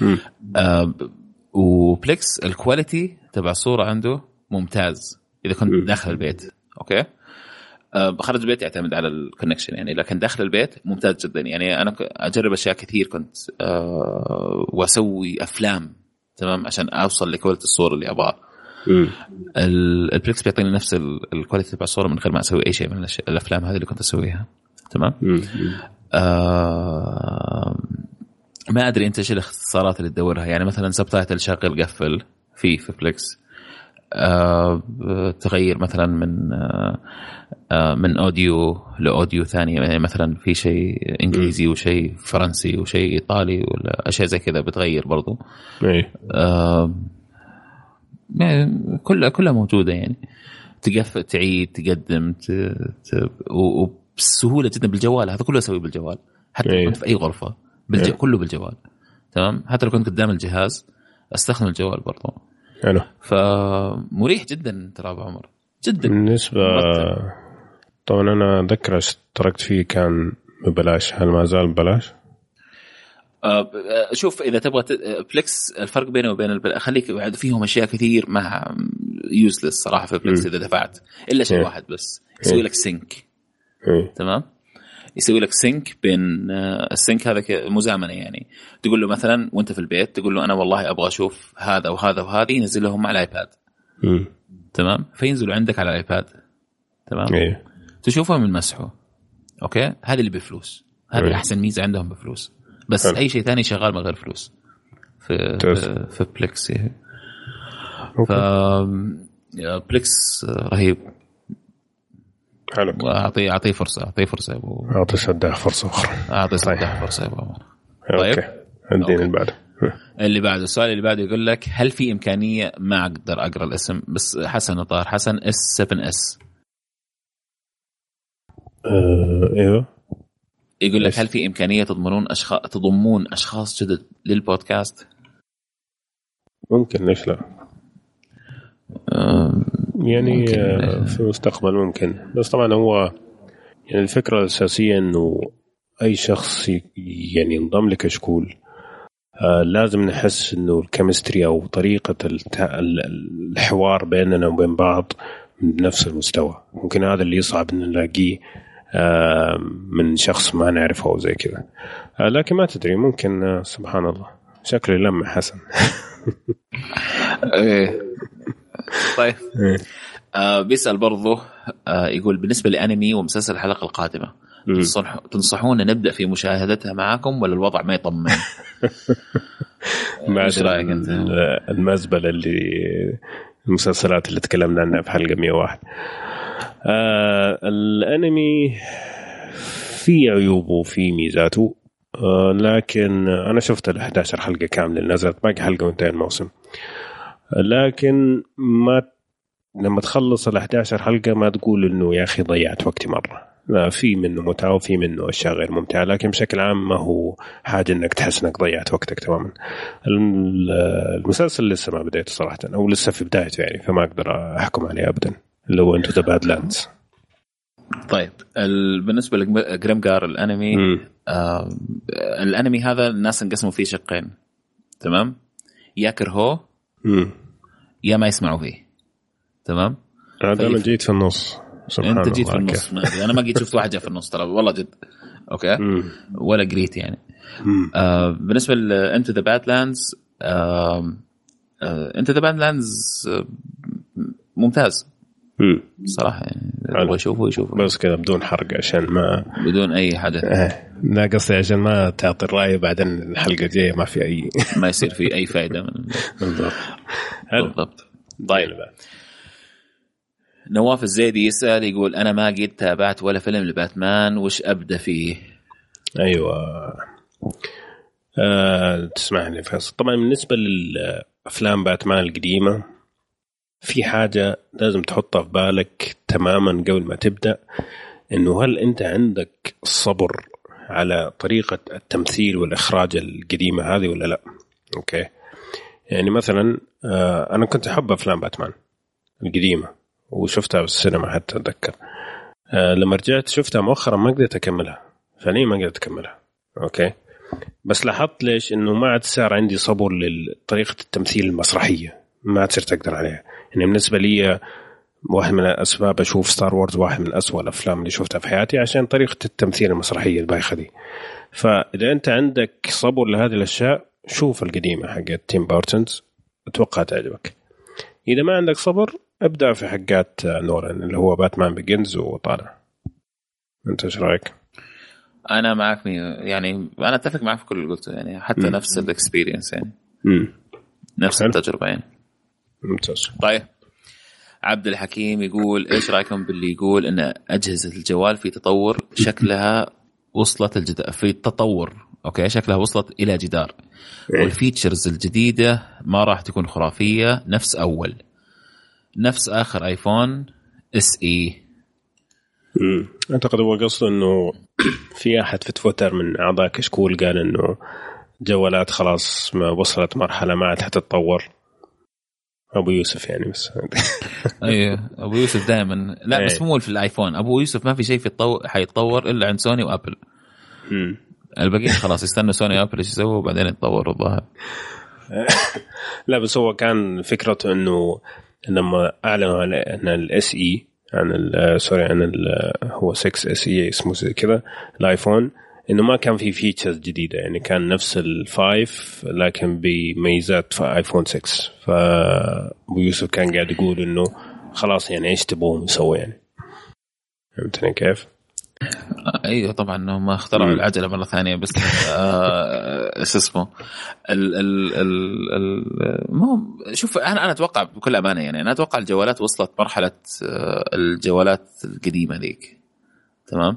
وبليكس الكواليتي تبع الصورة عنده ممتاز إذا كنت داخل البيت أوكي. خارج البيت يعتمد على الكونكشن يعني لكن داخل البيت ممتاز جدا يعني أنا أجرب أشياء كثير كنت وأسوي أفلام تمام عشان أوصل لكواليتي الصورة اللي أبغاه. البليكس بيعطيني نفس الكواليتي تبع الصورة من غير ما أسوي أي شيء من الأفلام هذه اللي كنت أسويها تمام. ما أدري أنت إيش الاختصارات اللي تدورها يعني مثلا سبتايتل شغل قفل في بليكس تغير مثلا من أوديو لأوديو ثاني يعني مثلا في شيء إنجليزي وشيء فرنسي وشيء إيطالي ولا أشياء زي كذا بتغير برضو. كلها موجودة يعني تقفل تعيد تقدم وبسهولة جدا بالجوال. هذا كله أسويه بالجوال حتى لو كنت في أي غرفة كله بالجوال تمام. حتى لو كنت قدام الجهاز أستخدم الجوال برضو حلو فمريح جدا ترى أبو عمر جدا. بالنسبة طبعا أنا أذكر اشتركت فيه كان ببلاش هل ما زال ببلاش؟ شوف إذا تبغى بليكس الفرق بينه وبين خليك فيهم أشياء كثير ما يوزلس صراحة في بليكس إذا دفعت إلا شيء واحد بس يسوي لك سينك تمام يسوي لك سينك بين السينك هذا مزامنة يعني تقول له مثلا وانت في البيت تقول له أنا والله أبغى أشوف هذا وهذا وهذه ينزل لهم على الآيباد تمام فينزلوا عندك على الآيباد تمام تشوفها من مسحه أوكي. هذا اللي بفلوس هذا أحسن ميزة عندهم بفلوس بس اي شيء ثاني شغال من غير فلوس في بليكس. ف بليكس رهيب. حلو. اعطيه فرصه يا ابو. اعطي سداح فرصه اخرى. فرصه يا ابو. طيب عندنا اللي بعده السؤال اللي بعده يقول لك هل في امكانيه، ما اقدر اقرا الاسم بس حسن طاهر حسن S7S. ايوه يقول لك هل في امكانيه تضمون اشخاص جدد للبودكاست؟ ممكن، ليش لا؟ يعني في المستقبل ممكن، بس طبعا هو يعني الفكرة الأساسية إنه أي شخص يعني ينضم لكشكول لازم نحس إنه الكيمستري أو طريقة الحوار بيننا وبين بعض بنفس المستوى. ممكن هذا اللي يصعب إن نلاقيه من شخص ما نعرفه أو زي كذا، لكن ما تدري، ممكن سبحان الله شكله لمع حسن. طيب بيسأل برضه يقول بالنسبة لأنمي ومسلسل الحلقة القادمة تنصحون نبدأ في مشاهدتها معكم ولا الوضع ما يطمن؟ ايش رايك انت؟ المزبله اللي المسلسلات اللي تكلمنا عنها في حلقه 101. الانمي في عيوبه وفي ميزاته، لكن انا شفت ال11 حلقه كامله نزلت، باقي حلقه وانتهى الموسم. لكن ما لما تخلص ال11 حلقه ما تقول انه يا اخي ضيعت وقتي مره، لا، في منه متعة وفي منه أشياء غير ممتعة، لكن بشكل عام ما هو حاجة إنك تحس إنك ضيعت وقتك تماما. المسلسل لسه ما بديته صراحة، أو لسه في بدايته يعني، فما أقدر أحكم عليه أبدا. اللي هو Into the Badlands. طيب بالنسبة لجريمجار الأنمي، الأنمي هذا الناس انقسموا فيه شقين، تمام؟ يا كرهوه يا ما يسمعوا فيه، تمام؟ هذا أنا جيت في النص. انت جيت في النص، انا ما جيت شفت واحد في النص ترى والله جد. اوكي ولا قريت يعني. بالنسبه لانتو ذا بادلاندز، انتو ذا بادلاندز ممتاز صراحه يعني، ابغى اشوفه بس كذا بدون حرق عشان ما بدون اي حدث. لا قصدي عشان ما تعطي الراي بعدين الحلقه الجايه ما في اي ما يصير في اي فائده من بالضبط. طيب نواف الزيدي يسأل يقول أنا ما قد تابعت ولا فيلم لباتمان، وش أبدأ فيه؟ أيوة تسمعني فيصل. طبعا بالنسبة للأفلام باتمان القديمة في حاجة لازم تحطها في بالك تماما قبل ما تبدأ، إنه هل أنت عندك صبر على طريقة التمثيل والإخراج القديمة هذه ولا لا؟ أوكي، يعني مثلا أنا كنت أحب أفلام باتمان القديمة وشفتها بالسينما حتى أتذكر. لما رجعت شفتها مؤخرا ما قدرت أكملها، فعليا ما قدرت أكملها. أوكي، بس لاحظت ليش؟ إنه ما عاد صار عندي صبر لطريقة التمثيل المسرحية، ما عاد صرت أقدر عليها. يعني بالنسبة لي واحد من الأسباب أشوف ستار وورز واحد من أسوأ الأفلام اللي شفتها في حياتي عشان طريقة التمثيل المسرحية البايخة دي. فإذا أنت عندك صبر لهذه الأشياء شوف القديمة حقت تيم بارتنز، أتوقع تعجبك. إذا ما عندك صبر أبدأ في حقات نولان اللي هو باتمان بيجنز وطالع. أنت إيش رأيك؟ أنا معك يعني أنا أتفق معك في كل اللي قلته يعني، حتى نفس الإكسبيرينس يعني نفس التجربة يعني. ممتاز. طيب عبد الحكيم يقول إيش رأيكم باللي يقول إن أجهزة الجوال في تطور شكلها وصلت في التطور، أوكي شكلها وصلت إلى جدار، والفيتشرز الجديدة ما راح تكون خرافية نفس آخر آيفون SE. أعتقد هو قصده إنه في أحد في تويتر من أعضاء كشكول قال إنه جوالات خلاص ما وصلت مرحلة ما عاد حتتطور. أبو يوسف يعني بس أيه أبو يوسف دائما لا بس مو في الآيفون، أبو يوسف ما في شيء حيتطور إلا عند سوني وأبل. الباقيين خلاص يستنوا سوني وأبل إيش يسووا وبعدين يتطوروا الظاهر. لا بس هو كان فكرته إنه لما أعلنوا عن الاس اي عن عن هو 6 اس اي اسمه زي كذا الايفون، انه ما كان في فيتشرز جديده، يعني كان نفس ال5 لكن بميزات في ايفون 6. فابو يوسف كان قاعد يقول انه خلاص يعني ايش تبغون نسوي يعني، فهمتني كيف؟ ايوه طبعا انهم اخترعوا العجله مره ثانيه بس ايش اسمه شوف انا اتوقع بكل امانه يعني انا اتوقع الجوالات وصلت مرحله الجوالات القديمه ذيك تمام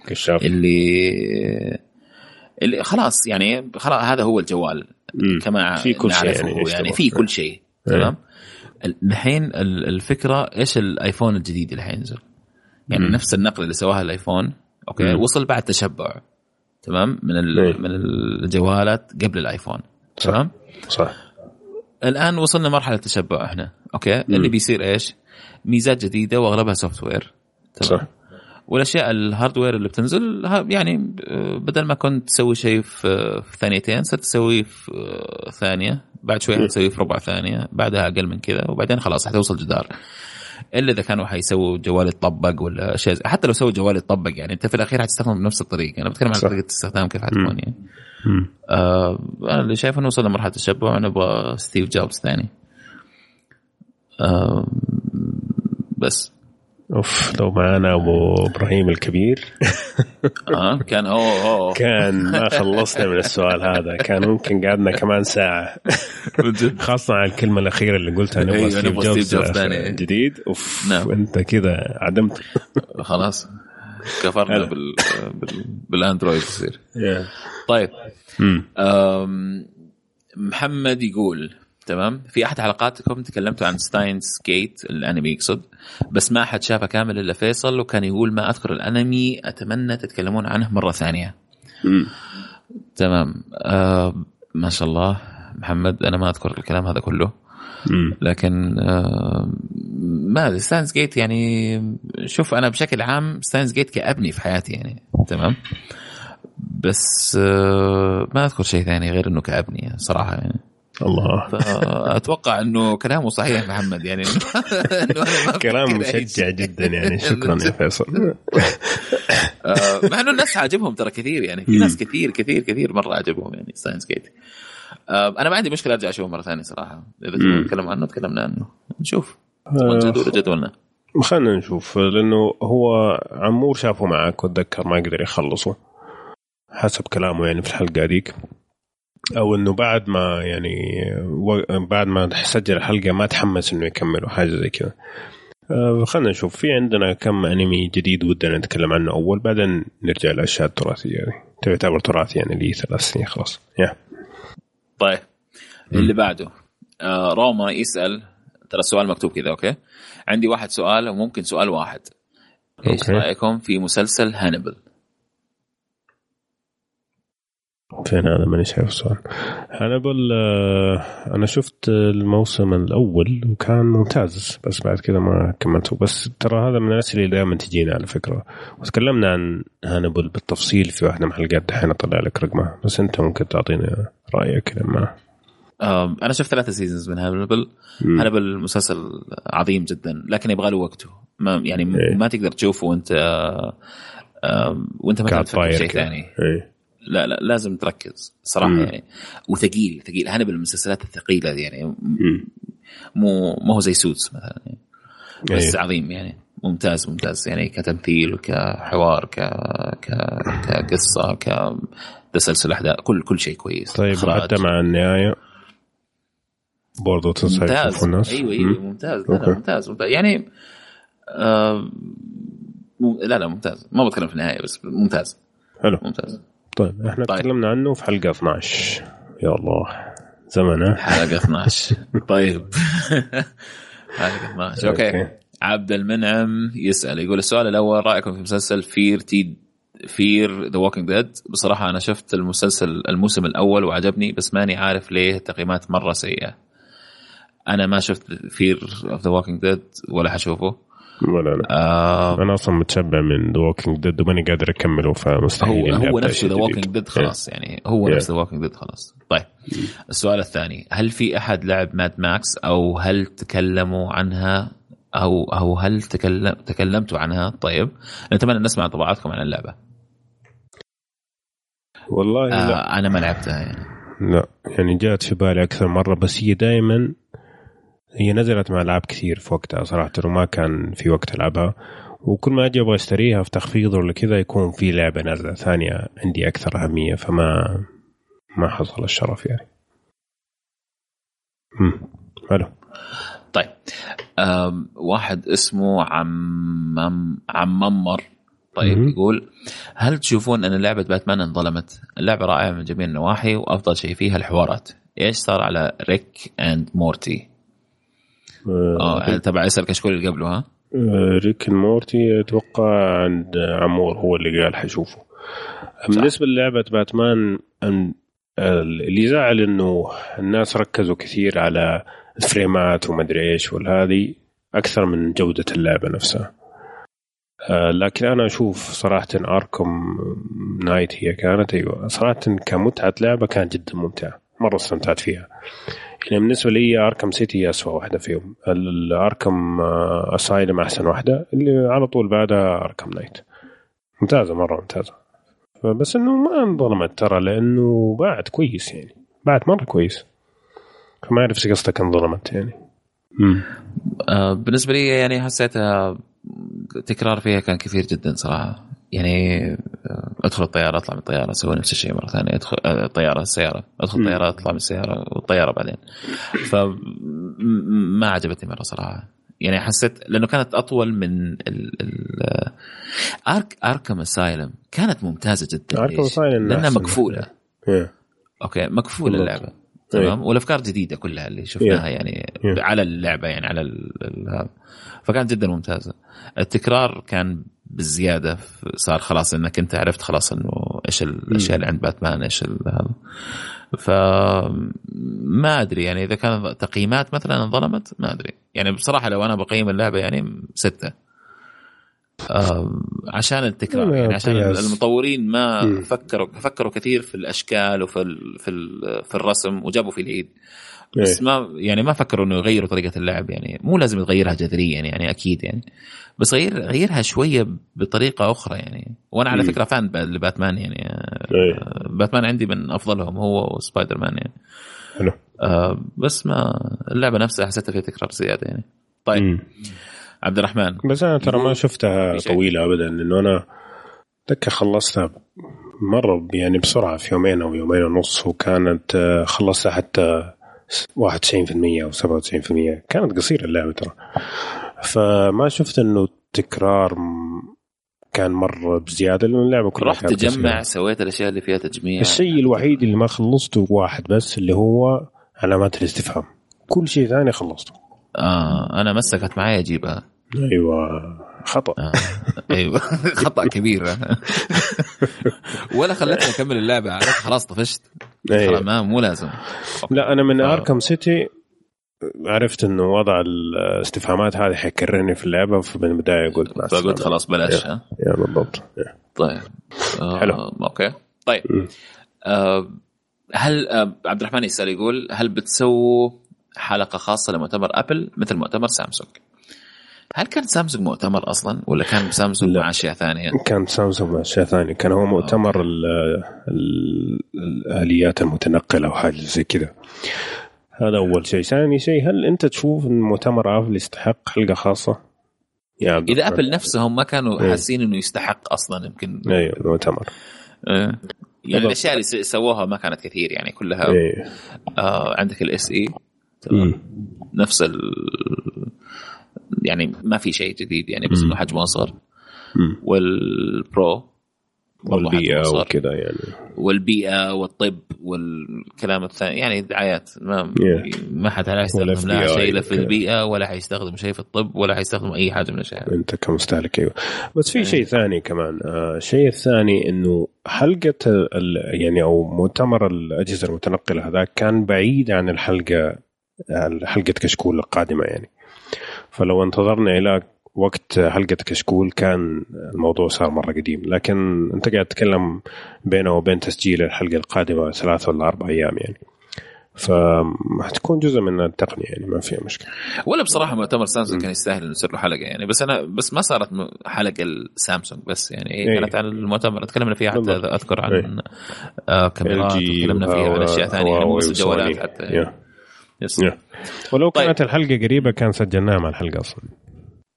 اللي خلاص يعني خلاص هذا هو الجوال كما في كل شيء يعني في كل شيء تمام. الحين الفكره ايش الايفون الجديد اللي حينزل يعني نفس النقله اللي سواها الايفون اوكي وصل بعد تشبع تمام من الجوالات قبل الايفون تمام صح. الان وصلنا مرحله تشبع احنا اوكي اللي بيصير ايش ميزات جديده واغلبها سوفت وير تمام صح. والاشياء الهاردوير اللي بتنزل يعني بدل ما كنت تسوي شيء في ثانيتين صرت تسويه في ثانيه بعد شوي حتسويه في ربع ثانيه بعدها اقل من كذا وبعدين خلاص حتوصل جدار. الا اذا كانوا حيسووا جوال يتطبق ولا شيء حتى لو سووا جوال يتطبق يعني انت في الاخير حتستخدمه بنفس الطريقه. انا بتكلم عن طريقه الاستخدام كيف حتكون يعني انا اللي شايف انه وصلنا مرحله التشبع وانا ابغى ستيف جوبز ثاني بس اوف لو معانا ابو ابراهيم الكبير كان كان ما خلصنا من السؤال هذا كان ممكن قعدنا كمان ساعه خاصه على الكلمه الاخيره اللي قلتها نبغى ستيف جوبز جديد اوف نعم. انت كذا عدمت خلاص كفرنا بالاندرويد يصير طيب محمد يقول تمام في أحد حلقاتكم تكلمتوا عن ستاينز جيت الأنمي يقصد بس ما أحد شافه كامل إلا فيصل وكان يقول ما أذكر الأنمي أتمنى تتكلمون عنه مرة ثانية. تمام ما شاء الله محمد أنا ما أذكر الكلام هذا كله لكن ما ستاينز جيت يعني شوف أنا بشكل عام ستاينز جيت كأبني في حياتي يعني تمام بس ما أذكر شيء ثاني غير إنه كأبني صراحة يعني الله أتوقع أنه كلامه صحيح محمد يعني كلام مشجع جدا يعني شكرا يا فيصل مع أنه الناس عجبهم ترى كثير يعني في ناس كثير كثير كثير مرة عجبهم يعني ستاينز جيت. أنا ما عندي مشكلة أرجع أشوفه مرة ثانية صراحة إذا نتكلم عنه تكلمنا عنه نشوف جدولنا خلنا نشوف لأنه هو عمور شافه معك وتذكر ما قدر يخلصه حسب كلامه يعني في الحلقة ديك او انه بعد ما يعني بعد ما سجل الحلقه ما تحمس انه يكمل حاجه زي كذا. خلينا نشوف في عندنا كم انمي جديد ودنا نتكلم عنه اول بعدين نرجع للاشياء التراثيه يعني تعتبر تراث يعني لي 3 سنين خلاص طيب اللي بعده روما يسأل ترى السؤال مكتوب كذا اوكي عندي واحد سؤال وممكن سؤال واحد ايش رايكم في مسلسل هانيبال؟ فين هذا ماني شايف السؤال. هانيبال أنا شفت الموسم الأول وكان ممتاز بس بعد كده ما كملته بس ترى هذا من الأسئلة اللي دائما تجينا على فكرة وتكلمنا عن هانيبال بالتفصيل في واحدة من حلقات دحين طلع لك رقمها بس أنت ممكن تعطينا رأيك لما أنا شفت 3 سيزونز من هانيبال. هانيبال مسلسل عظيم جدا لكن يبغى له وقته ما يعني ما تقدر تشوفه وأنت ما تفكر شيء ثاني لا لازم تركز صراحة يعني وثقيل هانيبال المسلسلات الثقيلة يعني مو هو زي سوتس مثلا يعني. بس عظيم يعني ممتاز يعني كتمثيل وكحوار كقصة كتسلسل أحداث كل شيء كويس. طيب حتى مع النهاية برضو ممتاز الناس أيوة ممتاز ممتاز يعني لا ممتاز ما بتكلم في النهاية بس ممتاز حلو ممتاز. طيب احنا تكلمنا عنه في حلقة 12 يا الله زمنه حلقة 12 طيب حلقة 12 اوكي. عبد المنعم يسأل يقول السؤال الأول رأيكم في مسلسل فير ذا ووكينج ديد؟ بصراحة أنا شفت الموسم الأول وعجبني بس ماني عارف ليه التقييمات مرة سيئة. أنا ما شفت فير ذا ووكينج ديد ولا حشوفه ولا أنا أصلا متشبع من The Walking Dead وماني قادر أكمله فمستحيل هو نفسه The Walking Dead خلاص يعني هو نفس The Walking Dead خلاص. طيب السؤال الثاني هل في أحد لعب ماد ماكس أو هل تكلموا عنها أو هل تكلمتوا عنها؟ طيب نتمنى نسمع طبعاتكم عن اللعبة. والله لا. أنا ما لعبتها يعني لا يعني جاءت في بالي أكثر مرة بس هي نزلت مع ألعاب كثير في وقتها صراحة وما كان في وقت ألعبها وكل ما أجي أبغى أشتريها في تخفيض ولا كذا يكون في لعبة نازلة ثانية عندي أكثر أهمية، فما حصل الشرف يعني. حلو. طيب واحد اسمه عممر طيب يقول هل تشوفون أن لعبة باتمان انظلمت؟ اللعبة رائعة من جميع النواحي وأفضل شيء فيها الحوارات. إيش صار على ريك أند مورتي؟ تبع اسأل كشكول اللي قبله. ها ريك أند مورتي أتوقع عند عمور هو اللي قال حيشوفه. بالنسبة للعبة باتمان اللي زعل إنه الناس ركزوا كثير على الفريمات ومدري إيش والهذه أكثر من جودة اللعبة نفسها. لكن أنا أشوف صراحة أركم نايت هي كانت صراحة كمتعة لعبة كانت جدا ممتعة، مرة استمتعت فيها. يعني بالنسبة لي أركم سيتي أسوأ واحدة فيهم، الأركم أسايلم أحسن واحدة، اللي على طول بعدها أركم نايت ممتازة مرة ممتازة. بس إنه ما انظلمت ترى لأنه بعد كويس يعني، بعد مرة كويس، فما أعرف إيش قصدك انظلمت يعني. بالنسبة لي يعني حسيتها تكرار فيها كان كثير جدا صراحة. يعني أدخل الطيارة أطلع من الطيارة أسوي نفس الشيء مرة ثانية، أدخل الطيارة السيارة أدخل الطيارة أطلع من السيارة والطيارة بعدين، فما عجبتني مرة صراحة. يعني حسيت لأنه كانت أطول من أركم أسايلم كانت ممتازة جدا لأنها مقفولة. أوكي مقفولة اللعبة تمام، والأفكار جديدة كلها اللي شفناها يعني على اللعبة يعني على فكانت جدا ممتازة. التكرار كان بالزيادة، صار خلاص إنك أنت عرفت خلاص إنه إيش الأشياء اللي عند باتمان إيش هذا. فما أدري يعني إذا كان تقييمات مثلا انظلمت ما أدري يعني بصراحة. لو أنا بقيم اللعبة يعني 6 عشان التكرار يعني، عشان المطورين ما فكروا كثير في الأشكال وفي الرسم وجابوا في العيد، بس ما فكروا إنه يغيروا طريقة اللعب. يعني مو لازم يغيرها جذريا يعني أكيد يعني، بس غيرها شوية بطريقة أخرى يعني. وأنا على فكرة فان لباتمان يعني باتمان عندي من أفضلهم هو وسبايدر مان يعني. بس ما اللعبة نفسها حسيتها فيها تكرار زيادة يعني. طيب عبد الرحمن، بس أنا ترى ما شفتها طويلة أبدا، لأنه أنا خلصتها مرة يعني بسرعة في يومين أو يومين ونص، وكانت خلصتها حتى 91% أو 97%، كانت قصيرة اللعبة ترى. فما شفت إنه التكرار كان مرة بزيادة، لأن اللعبة كلها رحت تجمع سويت الأشياء اللي فيها تجميع. الشيء الوحيد اللي ما خلصته واحد بس اللي هو علامات الاستفهام، كل شيء ثاني خلصته. أنا مسكت معي أجيبها. أيوة خطأ. أيوة خطأ كبير. ولا خلتني أكمل اللعبة، خلاص طفشت. أيوة. ما مو لازم. لا أنا من أركم سيتي عرفت إنه وضع الاستفهامات هذه حيكررني في اللعبة، فمن البداية قلت خلاص بلاش. يا بالضبط. طيب حلو. أوكي طيب. هل عبد الرحمن يسأل يقول هل بتسووا حلقة خاصة لمؤتمر أبل مثل مؤتمر سامسونج؟ هل كان سامسونج مؤتمر أصلا ولا كان سامسونج مع أشياء ثانية؟ كان سامسونج مع أشياء ثانية، كان هو مؤتمر الآليات المتنقلة أو حاجة زي كذا. هذا أول شيء. ثاني شيء، هل أنت تشوف أن مؤتمر أبل يستحق حلقة خاصة؟ إذا أبل نفسهم ما كانوا حاسين إنه يستحق أصلا يمكن. أيوة المؤتمر. يعني الأشياء اللي سووها ما كانت كثير يعني كلها. عندك الاس اي نفس يعني ما في شيء جديد يعني، بس انه حجمه اصغر. والبرو والبيئة وكذا يعني، والبيئة والطب والكلام الثاني يعني دعايات ما حد حيستخدم لا شيء في البيئة ولا حيستخدم شيء في الطب ولا حيستخدم أي حاجة من الأشياء. أنت كمستهلك. أيوة. بس في شيء ثاني كمان. الشيء الثاني إنه حلقة يعني أو مؤتمر الأجهزة المتنقلة هذا كان بعيد عن حلقة كشكول القادمة يعني. فلو انتظرنا إلى وقت حلقة كشكول كان الموضوع صار مرة قديم، لكن أنت قاعد تتكلم بينه وبين تسجيل الحلقة القادمة 3 ولا 4 أيام يعني، فهتكون جزء من التقنية يعني ما فيها مشكلة. ولا بصراحة مؤتمر سامسونج كان يستاهل إنه يصير له حلقة يعني، بس ما صارت حلقة السامسونج بس يعني كانت عن المؤتمر تكلمنا فيها حتى أذكر عن كاميرات وتكلمنا فيها عن أشياء ثانية يعني مو بس الجوالات حتى ولو كانت الحلقة قريبة كان سجلناها مع الحلقة أصلا.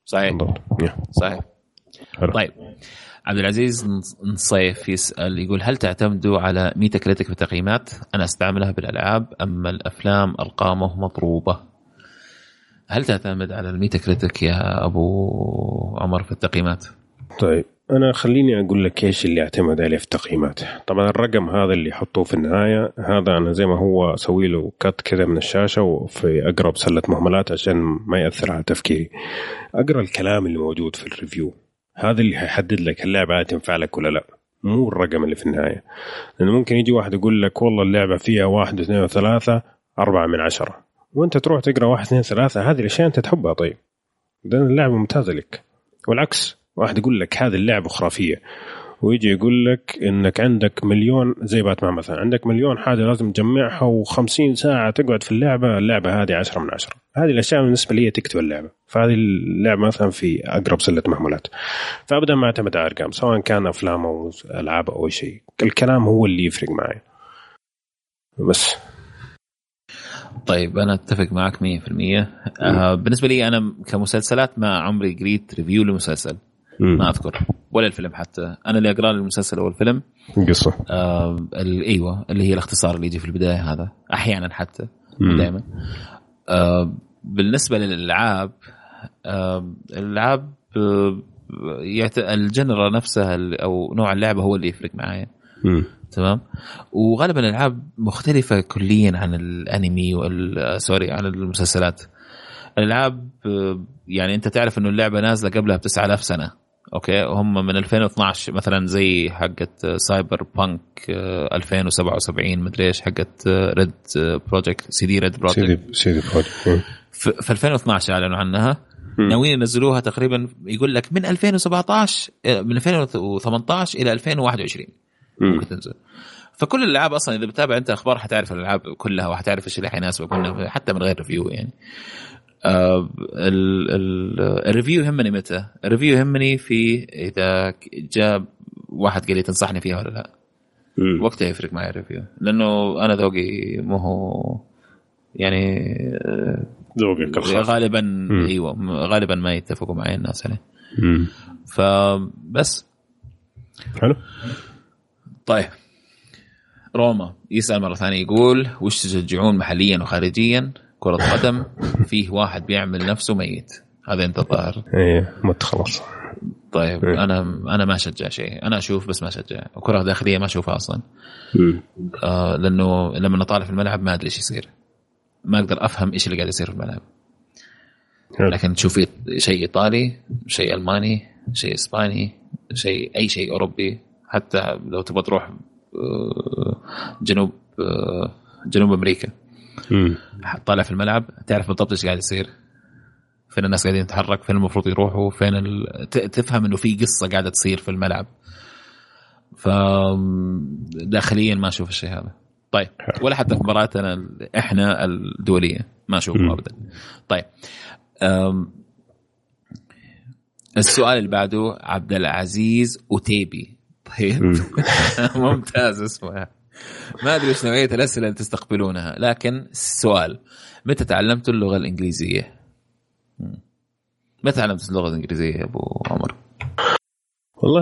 صحيح. صحيح. طيب عبد العزيز نصيف يسأل يقول هل تعتمدوا على ميتا كريتيك في التقييمات؟ أنا استعملها بالألعاب، أما الأفلام أرقامه مضروبة. هل تعتمد على الميتا كريتيك يا أبو عمر في التقييمات؟ طيب أنا خليني أقول لك إيش اللي أعتمد عليه في التقييمات. طبعا الرقم هذا اللي يحطوه في النهاية هذا أنا زي ما هو أسوي له كات كذا من الشاشة وفي أقرب سلة مهملات عشان ما يأثر على تفكيري. أقرأ الكلام اللي موجود في الريفيو، هذا اللي هيحدد لك اللعبة تنفع لك ولا لا، مو الرقم اللي في النهاية. لأنه ممكن يجي واحد يقول لك والله اللعبة فيها 1 2 3 4 من 10 وأنت تروح تقرأ 1 2 3 هذه الأشياء أنت تحبها. طيب ده اللعبة ممتازة لك. والعكس واحد يقول لك هذه اللعبة خرافية ويجي يقول لك إنك عندك مليون زي باتمان مثلا، عندك مليون حاجة لازم تجمعها و50 ساعة تقعد في اللعبة هذه 10 من 10. هذه الأشياء بالنسبة لي تكتب اللعبة. فهذه اللعبة مثلا في أقرب سلة محمولات، فأبدأ ما اعتمد على أرقام سواء كان أفلام أو ألعاب أو شيء. الكلام هو اللي يفرق معي بس. طيب أنا أتفق معك 100%. بالنسبة لي أنا كمسلسلات ما عمري قريت ريفيو لمسلسل، ما أذكر ولا الفيلم حتى. أنا اللي أقرأ المسلسل أو الفيلم قصة أيوة اللي هي الاختصار اللي يجي في البداية، هذا أحيانا حتى دائما. بالنسبة للألعاب الألعاب الجنرال نفسها أو نوع اللعبة هو اللي يفرق معايا. تمام. وغالبا الألعاب مختلفة كليا عن الأنمي عن المسلسلات. الألعاب يعني أنت تعرف إنه اللعبة نازلة قبلها ب9000 سنة، أوكي، هم من 2012 مثلا زي حقة سايبر بانك 2077 مدري إيش حقة ريد بروجكت سي دي بروجكت في 2012 أعلنوا عنها. ناويين ينزلوها تقريبا يقول لك من 2017 من 2018 إلى 2021 ممكن تنزل. فكل الألعاب أصلا إذا بتابع أنت أخبار حتعرف الألعاب كلها وحتعرف إيش اللي حيناسبك حتى من غير ريفيو يعني. الريفيو يهمني متى؟ الريفيو يهمني في إذا جاء واحد قال لي تنصحني فيها ولا لا، وقتها يفرق معي الريفيو، لأنه أنا ذوقي مو هو يعني ذوقك غالبا أيوة غالبا ما يتفقوا معي الناس عليه. فبس حلو. طيب روما يسأل مرة ثانية يقول وش تشجعون محليا وخارجيا كرة قدم؟ فيه واحد بيعمل نفسه ميت، هذا انت ظاهر. ايه متخلص. طيب انا ما اشجع شيء، انا اشوف بس ما اشجع. وكرة داخلية ما اشوفها اصلا. لانه لما نطالع في الملعب ما ادري ايش يصير، ما اقدر افهم ايش اللي قاعد يصير في الملعب. لكن تشوف شيء ايطالي، شيء الماني، شيء اسباني، اي شيء اوروبي، حتى لو تبغى تروح جنوب امريكا طالع في الملعب تعرف بالضبط ايش قاعد يصير، فين الناس قاعدين يتحرك، فين المفروض يروحوا، فين تفهم انه في قصة قاعدة تصير في الملعب. فداخليا ما اشوف الشيء هذا. طيب ولا حتى في مباراتنا احنا الدولية ما اشوفه ابدا. طيب السؤال اللي بعده عبد العزيز أوتيبي. طيب ممتاز اسمه. ما أدري إيش نوعية الأسئلة اللي تستقبلونها، لكن السؤال متى تعلمت اللغة الإنجليزية؟ متى تعلمت اللغة الإنجليزية يا أبو عمر؟ والله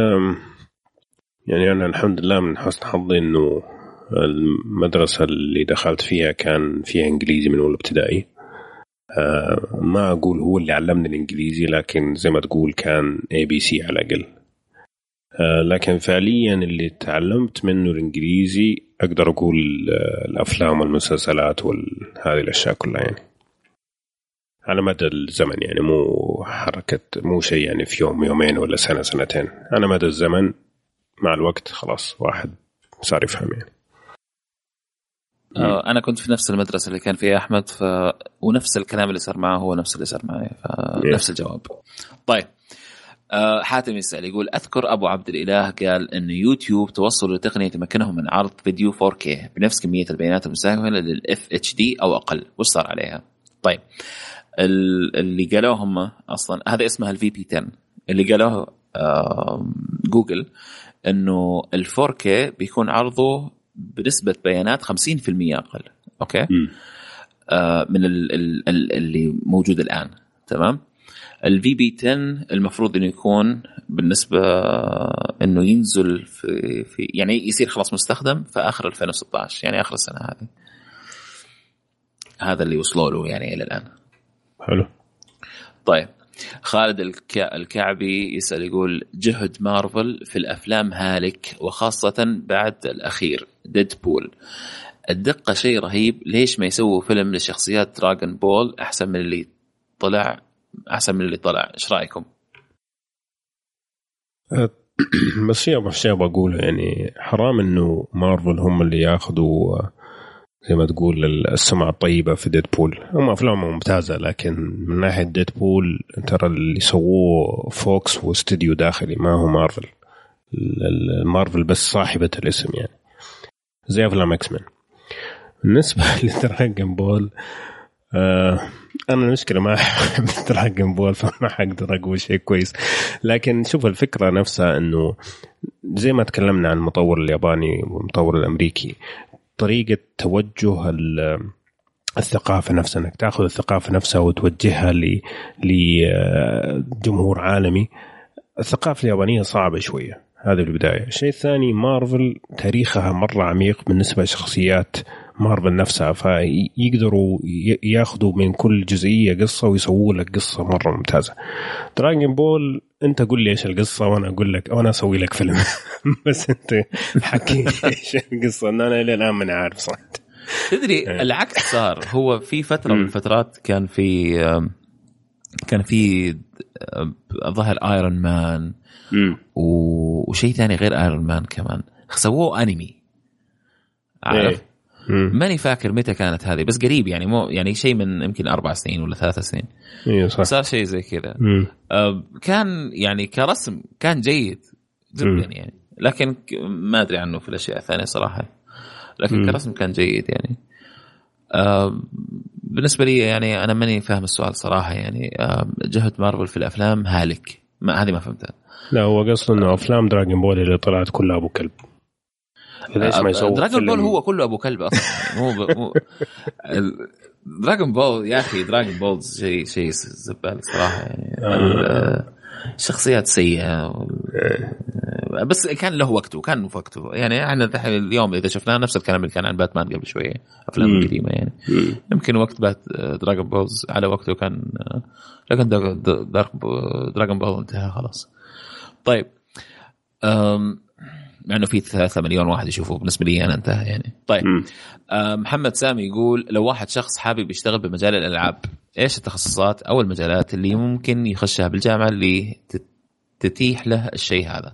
يعني أنا الحمد لله من حسن حظي إنه المدرسة اللي دخلت فيها كان فيها إنجليزي من أول ابتدائي. ما أقول هو اللي علمني الإنجليزي، لكن زي ما تقول كان ABC على الأقل. لكن فعليا اللي تعلمت منه الإنجليزي أقدر أقول الأفلام والمسلسلات وهذه الأشياء كلها، يعني على مدى الزمن، يعني مو حركة مو شيء يعني في يوم يومين ولا سنة سنتين، على مدى الزمن مع الوقت خلاص واحد صار يفهم يعني. أنا كنت في نفس المدرسة اللي كان فيها أحمد ونفس الكلام اللي صار معه هو نفس اللي صار معي، فنفس الجواب. طيب حاتم يسأل يقول أذكر أبو عبد الإله قال أن يوتيوب توصل لتقنية تمكنهم من عرض فيديو 4K بنفس كمية البيانات المساهمة للFHD أو أقل. وش صار عليها؟ طيب اللي قالوه هم أصلا هذا اسمها الVP10 اللي قالوه جوجل أنه ال4K بيكون عرضه بنسبة بيانات 50% أقل. أوكي. من اللي موجود الآن. تمام. الفي بي 10 المفروض انه يكون بالنسبه انه ينزل في يعني يصير خلاص مستخدم في اخر 2016 يعني اخر السنه هذه. هذا اللي وصلوا له يعني الى الان. حلو. طيب خالد الكعبي يسأل يقول جهد مارفل في الأفلام هالك وخاصة بعد الأخير ديدبول. الدقة شيء رهيب. ليش ما يسووا فيلم لشخصيات دراغون بول أحسن من اللي طلع؟ إيش رأيكم؟ بس شيء بقوله يعني حرام إنه مارفل هم اللي يأخذوا زي ما تقول السمعة الطيبة في ديدبول. هم أفلام ممتازة لكن من ناحية ديدبول ترى اللي سووه فوكس واستديو داخلي ما هو مارفل. مارفل بس صاحبة الاسم يعني زي أفلام إكس مان. بالنسبة لدراغون بول أنا المشكلة ما أحب دراغون بول فما حقدر أقول شيء كويس. لكن شوف الفكرة نفسها إنه زي ما تكلمنا عن المطور الياباني والمطور الأمريكي طريقة توجه الثقافة نفسها انك تأخذ الثقافة نفسها وتوجهها لجمهور عالمي. الثقافة اليابانية صعبة شوية هذا البداية. الشيء الثاني مرة تاريخها مرة عميق بالنسبة لشخصيات مارفل نفسها فيقدروا ياخذوا من كل جزئية قصة ويسووا لك قصة مرة ممتازة. دراغون بول انت قل لي ايش القصة وانا اقول لك وانا اسوي لك فيلم بس انت حكي ايش القصة ان انا الان من عارف صح. تدري العكس صار. هو في فترة من الفترات كان في ظهر ايرون مان وشيء ثاني غير ايرون مان كمان سووه انمي عارف. ماني فاكر متى كانت هذه بس قريب يعني مو يعني شيء من يمكن 4 سنين ولا 3 سنين. صار شيء زي كذا. كان يعني كرسم كان جيد جدا يعني لكن ما أدري عنه في الأشياء الثانية صراحة. لكن كرسم كان جيد يعني. بالنسبة لي يعني أنا ماني فاهم السؤال صراحة يعني. جهة مارفل في الأفلام هالك هذه ما فهمتها. لا هو قصده إنه أفلام دراغون بول اللي طلعت كلها أبو كلب. ليش ما يسوي دراغون بول هو كله أبو كلب أصلا يعني. مو دراغون بول يا أخي. دراغون بول شيء زبال صراحة يعني. شخصيات سيئة بس كان له وقته كان في وقته يعني. احنا اليوم اذا شفناه نفس الكلام اللي كان عن باتمان قبل شويه افلام قديمه يعني. يمكن وقت دراغون بولز على وقته كان لكن دراغون بول انتهى خلاص. طيب مع انه في 3 مليون واحد يشوفوه بالنسبه لي انا انتهى يعني. طيب محمد سامي يقول لو واحد شخص حابب يشتغل بمجال الالعاب ايش التخصصات او المجالات اللي ممكن يخشها بالجامعه اللي تتيح له الشيء هذا؟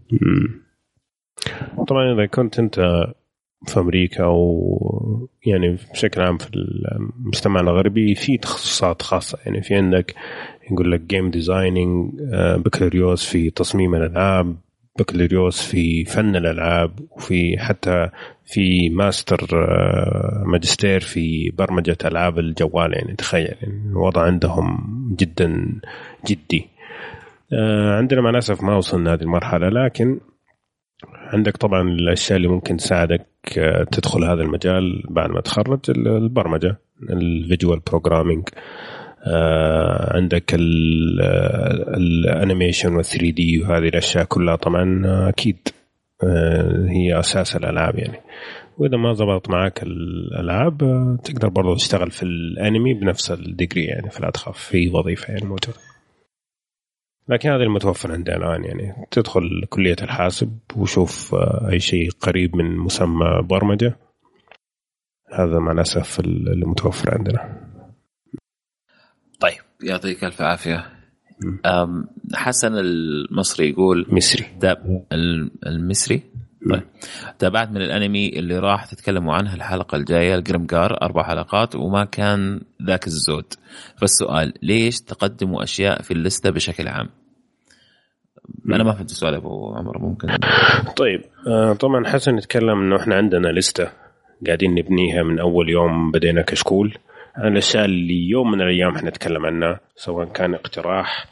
طبعا إذا كنت أنت في أمريكا أو يعني بشكل عام في المجتمع الغربي في تخصصات خاصة يعني. في عندك يقول لك جيم ديزايننج، بكالوريوس في تصميم الألعاب، بكالوريوس في فن الألعاب، وفي حتى في ماستر ماجستير في برمجة ألعاب الجوال يعني. تخيل يعني الوضع عندهم جدا جدي. عندنا مع الأسف ما وصلنا هذه المرحلة لكن عندك طبعا الأشياء اللي ممكن تساعدك تدخل هذا المجال بعد ما تخرج. البرمجة، الفيجوال بروجرامينج، عندك الانيميشن وال3 دي وهذه الأشياء كلها طبعا أكيد هي أساس الألعاب يعني. وإذا ما زبط معك الألعاب تقدر برضو تشتغل في الأنمي بنفس الديجري يعني فلا تخاف في وظيفة يعني موجودة. لكن هذا المتوفر عندنا الآن يعني. تدخل كلية الحاسب وشوف أي شيء قريب من مسمى برمجة. هذا مع الأسف المتوفر عندنا. طيب يعطيك ألف عافية. حسن المصري يقول مصري المصري. طيب تابعت من الأنمي اللي راح تتكلموا عنها الحلقة الجاية الجريمجار 4 حلقات وما كان ذاك الزود. فالسؤال ليش تقدموا أشياء في الليستة بشكل عام؟ أنا ما فهمت السؤال أبو عمر ممكن. طيب طبعا حسن يتكلم إنه إحنا عندنا لستة قاعدين نبنيها من أول يوم بدينا كشكول عن الأشياء اللي يوم من الأيام إحنا نتكلم عنها سواء كان اقتراح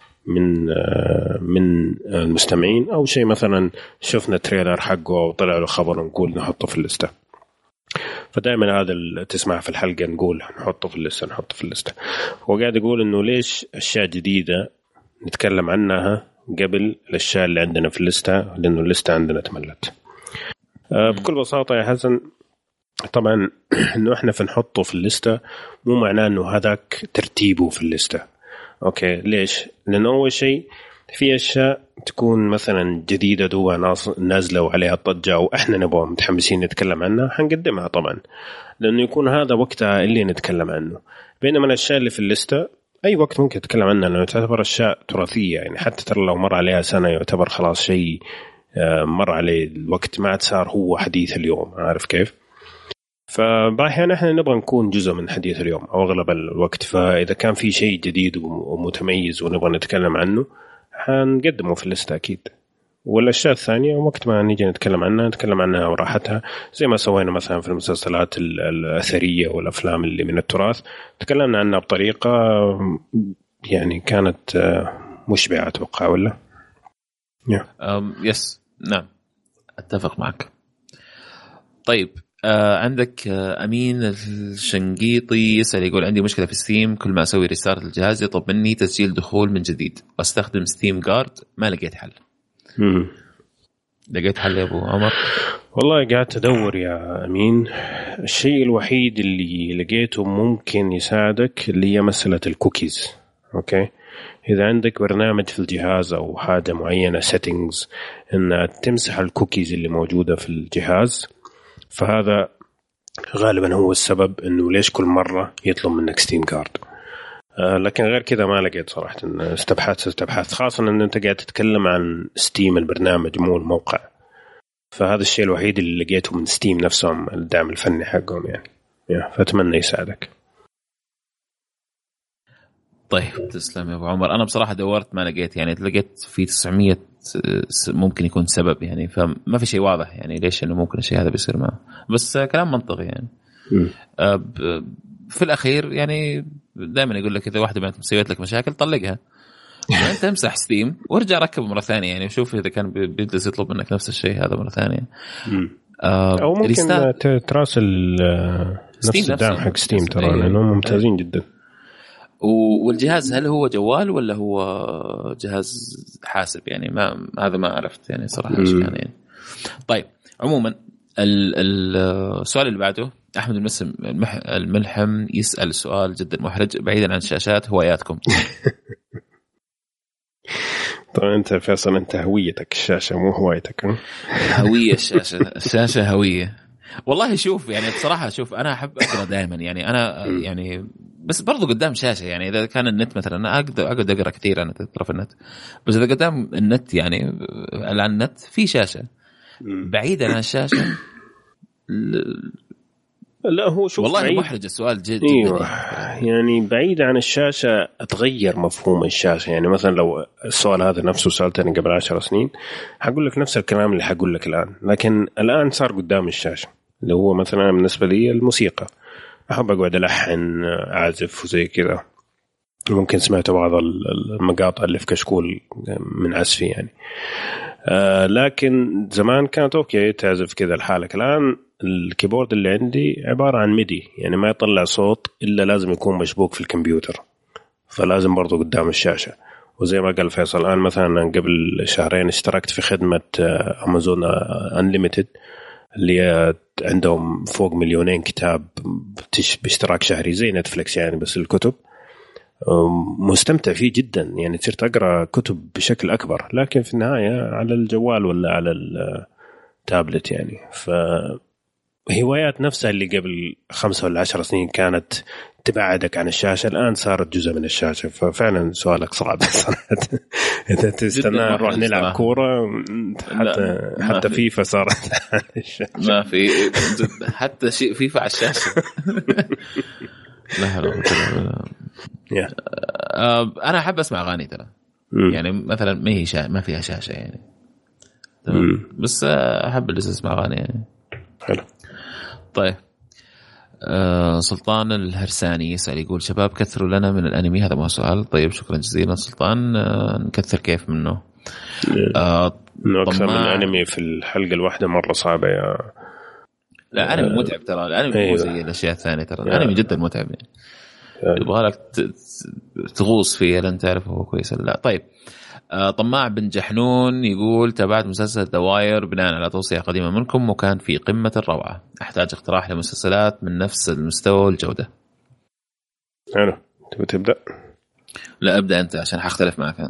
من المستمعين أو شيء مثلا شفنا تريلر حقه وطلع له خبر نقول نحطه في الليستة. فدائما هذا تسمع في الحلقة نقول نحطه في الليستة. هو قاعد يقول إنه ليش أشياء جديدة نتكلم عنها قبل الأشياء اللي عندنا في الليستة، لأنه الليستة عندنا تملت. بكل بساطة يا حسن، طبعا إنه إحنا نحطه في الليستة مو معناه إنه هذاك ترتيبه في الليستة. أوكي، ليش؟ لأنه أول شيء في أشياء تكون مثلا جديدة دوبها نازلة وعليها ضجة وإحنا نبغى متحمسين نتكلم عنها، حنقدمها طبعا، لأنه يكون هذا وقتها اللي نتكلم عنه. بينما الأشياء اللي في الليستة أي وقت ممكن نتكلم عنها، لأنه تعتبر أشياء تراثية يعني، حتى ترى لو مر عليها سنة يعتبر خلاص شيء مر عليه الوقت، ما عاد صار هو حديث اليوم، عارف كيف؟ فبأحيانا احنا نبغى نكون جزء من حديث اليوم أو أغلب الوقت، فإذا كان في شيء جديد ومتميز ونبغى نتكلم عنه حنقدمه في الليستة أكيد. والأشياء الثانية وقت ما نيجي نتكلم عنها وراحتها، زي ما سوينا مثلا في المسلسلات الأثرية والأفلام اللي من التراث، تكلمنا عنها بطريقة يعني كانت مشبعة أتوقع، ولا؟ يس نعم أتفق معك. طيب عندك أمين الشنقيطي يسأل يقول عندي مشكلة في ستيم، كل ما أسوي ريستارت الجهاز يطلب مني تسجيل دخول من جديد واستخدم ستيم جارد، ما لقيت حل. لقيت حل يا أبو عمر؟ والله قاعد أدور يا أمين. الشيء الوحيد اللي لقيته ممكن يساعدك اللي هي مسألة الكوكيز. أوكي، إذا عندك برنامج في الجهاز أو حاجة معينة settings إن تمسح الكوكيز اللي موجودة في الجهاز، فهذا غالبا هو السبب إنه ليش كل مرة يطلب منك ستيم كارد. لكن غير كذا ما لقيت صراحة. استبحث خاصة إن أنت قاعد تتكلم عن ستيم البرنامج مو الموقع، فهذا الشيء الوحيد اللي لقيته من ستيم نفسهم، الدعم الفني حقهم يعني فأتمنى يساعدك. طيب تسلم يا أبو عمر. أنا بصراحة دورت ما لقيت، يعني لقيت في 900 ممكن يكون سبب يعني، فما في شيء واضح يعني ليش إنه ممكن الشيء هذا بيصير معه، بس كلام منطقي يعني. في الأخير يعني دائما يقول لك إذا واحدة بنت مسويت لك مشاكل طلقها، يعني أنت امسح ستيم وارجع ركب مرة ثانية يعني، وشوف إذا كان بيجلس يطلب منك نفس الشيء هذا مرة ثانية. أو ممكن تراسل نفس الدعم حق ستيم، ترى لأنهم ممتازين جدا. والجهاز هل هو جوال ولا هو جهاز حاسب يعني؟ هذا ما عرفت يعني صراحة إيش كان يعني. طيب عموما السؤال اللي بعده أحمد الملحم يسأل سؤال جدا محرج، بعيدا عن الشاشات هواياتكم. طبعا أنت فيصل، أنت هويتك الشاشة مو هوايتك. هوية الشاشة هوية. والله شوف يعني بصراحة، شوف أنا أحب أقرأ دائما يعني، أنا يعني بس برضو قدام شاشة يعني، إذا كان النت مثلا أنا أقعد أقرأ كثير، أنا تطرف النت، بس إذا قدام النت يعني على النت في شاشة بعيدا عن الشاشة. لا هو شوف والله محرج السؤال جدا يعني بعيد عن الشاشة أتغير مفهوم الشاشة. يعني مثلا لو السؤال هذا نفسه سألتني قبل 10 سنين حقول لك نفس الكلام اللي حقول لك الآن، لكن الآن صار قدام الشاشة اللي هو مثلا بالنسبة لي الموسيقى، أحب أقعد ألحن أعزف وزي كذا. ممكن سمعت بعض المقاطع اللي في كشكول من عزفي يعني. لكن زمان كانت أوكي تعزف كذا لحالك. الآن الكيبورد اللي عندي عبارة عن ميدي، يعني ما يطلع صوت إلا لازم يكون مشبوك في الكمبيوتر، فلازم برضو قدام الشاشة. وزي ما قال فيصل الآن مثلا قبل شهرين اشتركت في خدمة أمازون أنليميتد اللي عندهم فوق 2,000,000 كتاب باشتراك شهري زي نتفليكس يعني، بس الكتب مستمتع فيه جدا يعني، صرت أقرأ كتب بشكل أكبر، لكن في النهاية على الجوال ولا على التابلت يعني. فهوايات نفسها اللي قبل 5 ولا 10 سنين كانت تبعدك عن الشاشة الآن صارت جزء من الشاشة. ففعلا سؤالك صعب صراحة. إذا تستنى نروح نلعب كورة حتى فيفا صارت عن الشاشة، ما في حتى شيء فيفا على الشاشة. لا أنا أحب أسمع أغاني ترى يعني، مثلا ما فيها شاشة يعني بس أحب اللي أسمع أغاني يعني. حلو. طيب سلطان الهرساني يسأل يقول شباب كثروا لنا من الأنمي. هذا ما سؤال. طيب شكرا جزيلا سلطان. نكثر كيف منه؟ أكثر من الأنمي في الحلقة الواحدة مرة صعبة يا. لا أنمي متعب ترى، الأنمي مو زي الأشياء الثانية ترى، الأنمي جدا متعب يعني. يبغالك تغوص فيه لن تعرف هو كويس لا. طيب طماع بن جحنون يقول تابعت مسلسل دواير بناء على توصية قديمة منكم وكان في قمة الروعة، أحتاج اقتراح لمسلسلات من نفس المستوى والجودة. حلو، تبدأ؟ لا أبدأ أنت عشان حختلف معك.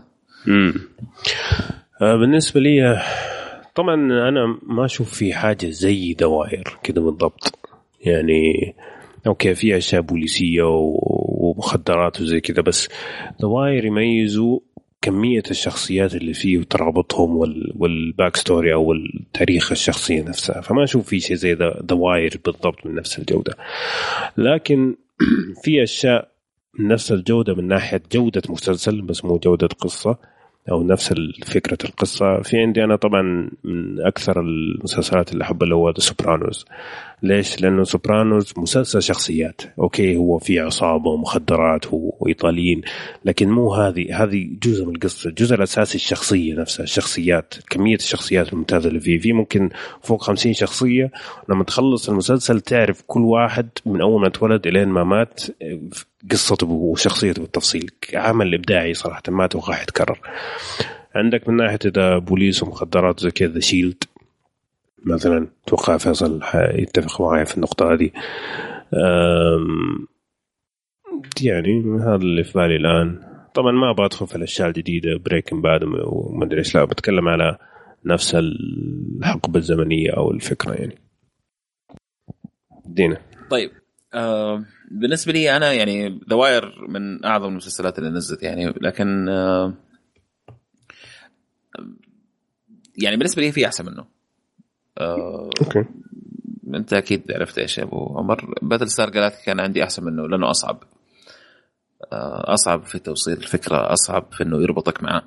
بالنسبة لي طبعا أنا ما أشوف في حاجة زي دواير كده بالضبط، يعني أوكي في أشياء بوليسية ومخدرات وزي كده، بس دواير يميزوا كمية الشخصيات اللي فيه وترابطهم والباك ستوري أو التاريخ الشخصية نفسها، فما أشوف في شيء زي دواير بالضبط من نفس الجودة. لكن في أشياء من نفس الجودة من ناحية جودة مسلسل بس مو جودة قصة أو نفس فكرة القصة. في عندي أنا طبعا من أكثر المسلسلات اللي أحبها اللي هو سوبرانوس. ليش؟ لأنه سوبرانوس مسلسل شخصيات، أوكي هو في عصابة ومخدرات وإيطاليين، لكن مو هذه جزء من القصة. الجزء الأساسي الشخصية نفسها، الشخصيات، كمية الشخصيات الممتازة اللي فيه ممكن فوق 50 شخصية. لما تخلص المسلسل تعرف كل واحد من أول ما اتولد إلين ما مات قصته وشخصيته بالتفصيل. عمل إبداعي صراحة ما أتوقع يتكرر. عندك من ناحية إذا بوليس ومخدرات زي كذا شيلد مثلا، توقع فيصل يتفق معي في النقطة هذه. يعني هذا اللي في بالي الآن. طبعا ما بدخل في الأشياء الجديدة بريكنج باد وما أدري إيش، لا بتكلم على نفس الحقبة الزمنية أو الفكرة يعني. دينا. طيب بالنسبة لي أنا يعني دواير من أعظم المسلسلات اللي نزلت يعني، لكن يعني بالنسبة لي في أحسن منه. أوكي. أنت أكيد عرفت إيش يا أبو عمر. باتل ستار جالاكتيكا كان عندي أحسن منه لأنه أصعب في توصيل الفكرة، أصعب في إنه يربطك معه.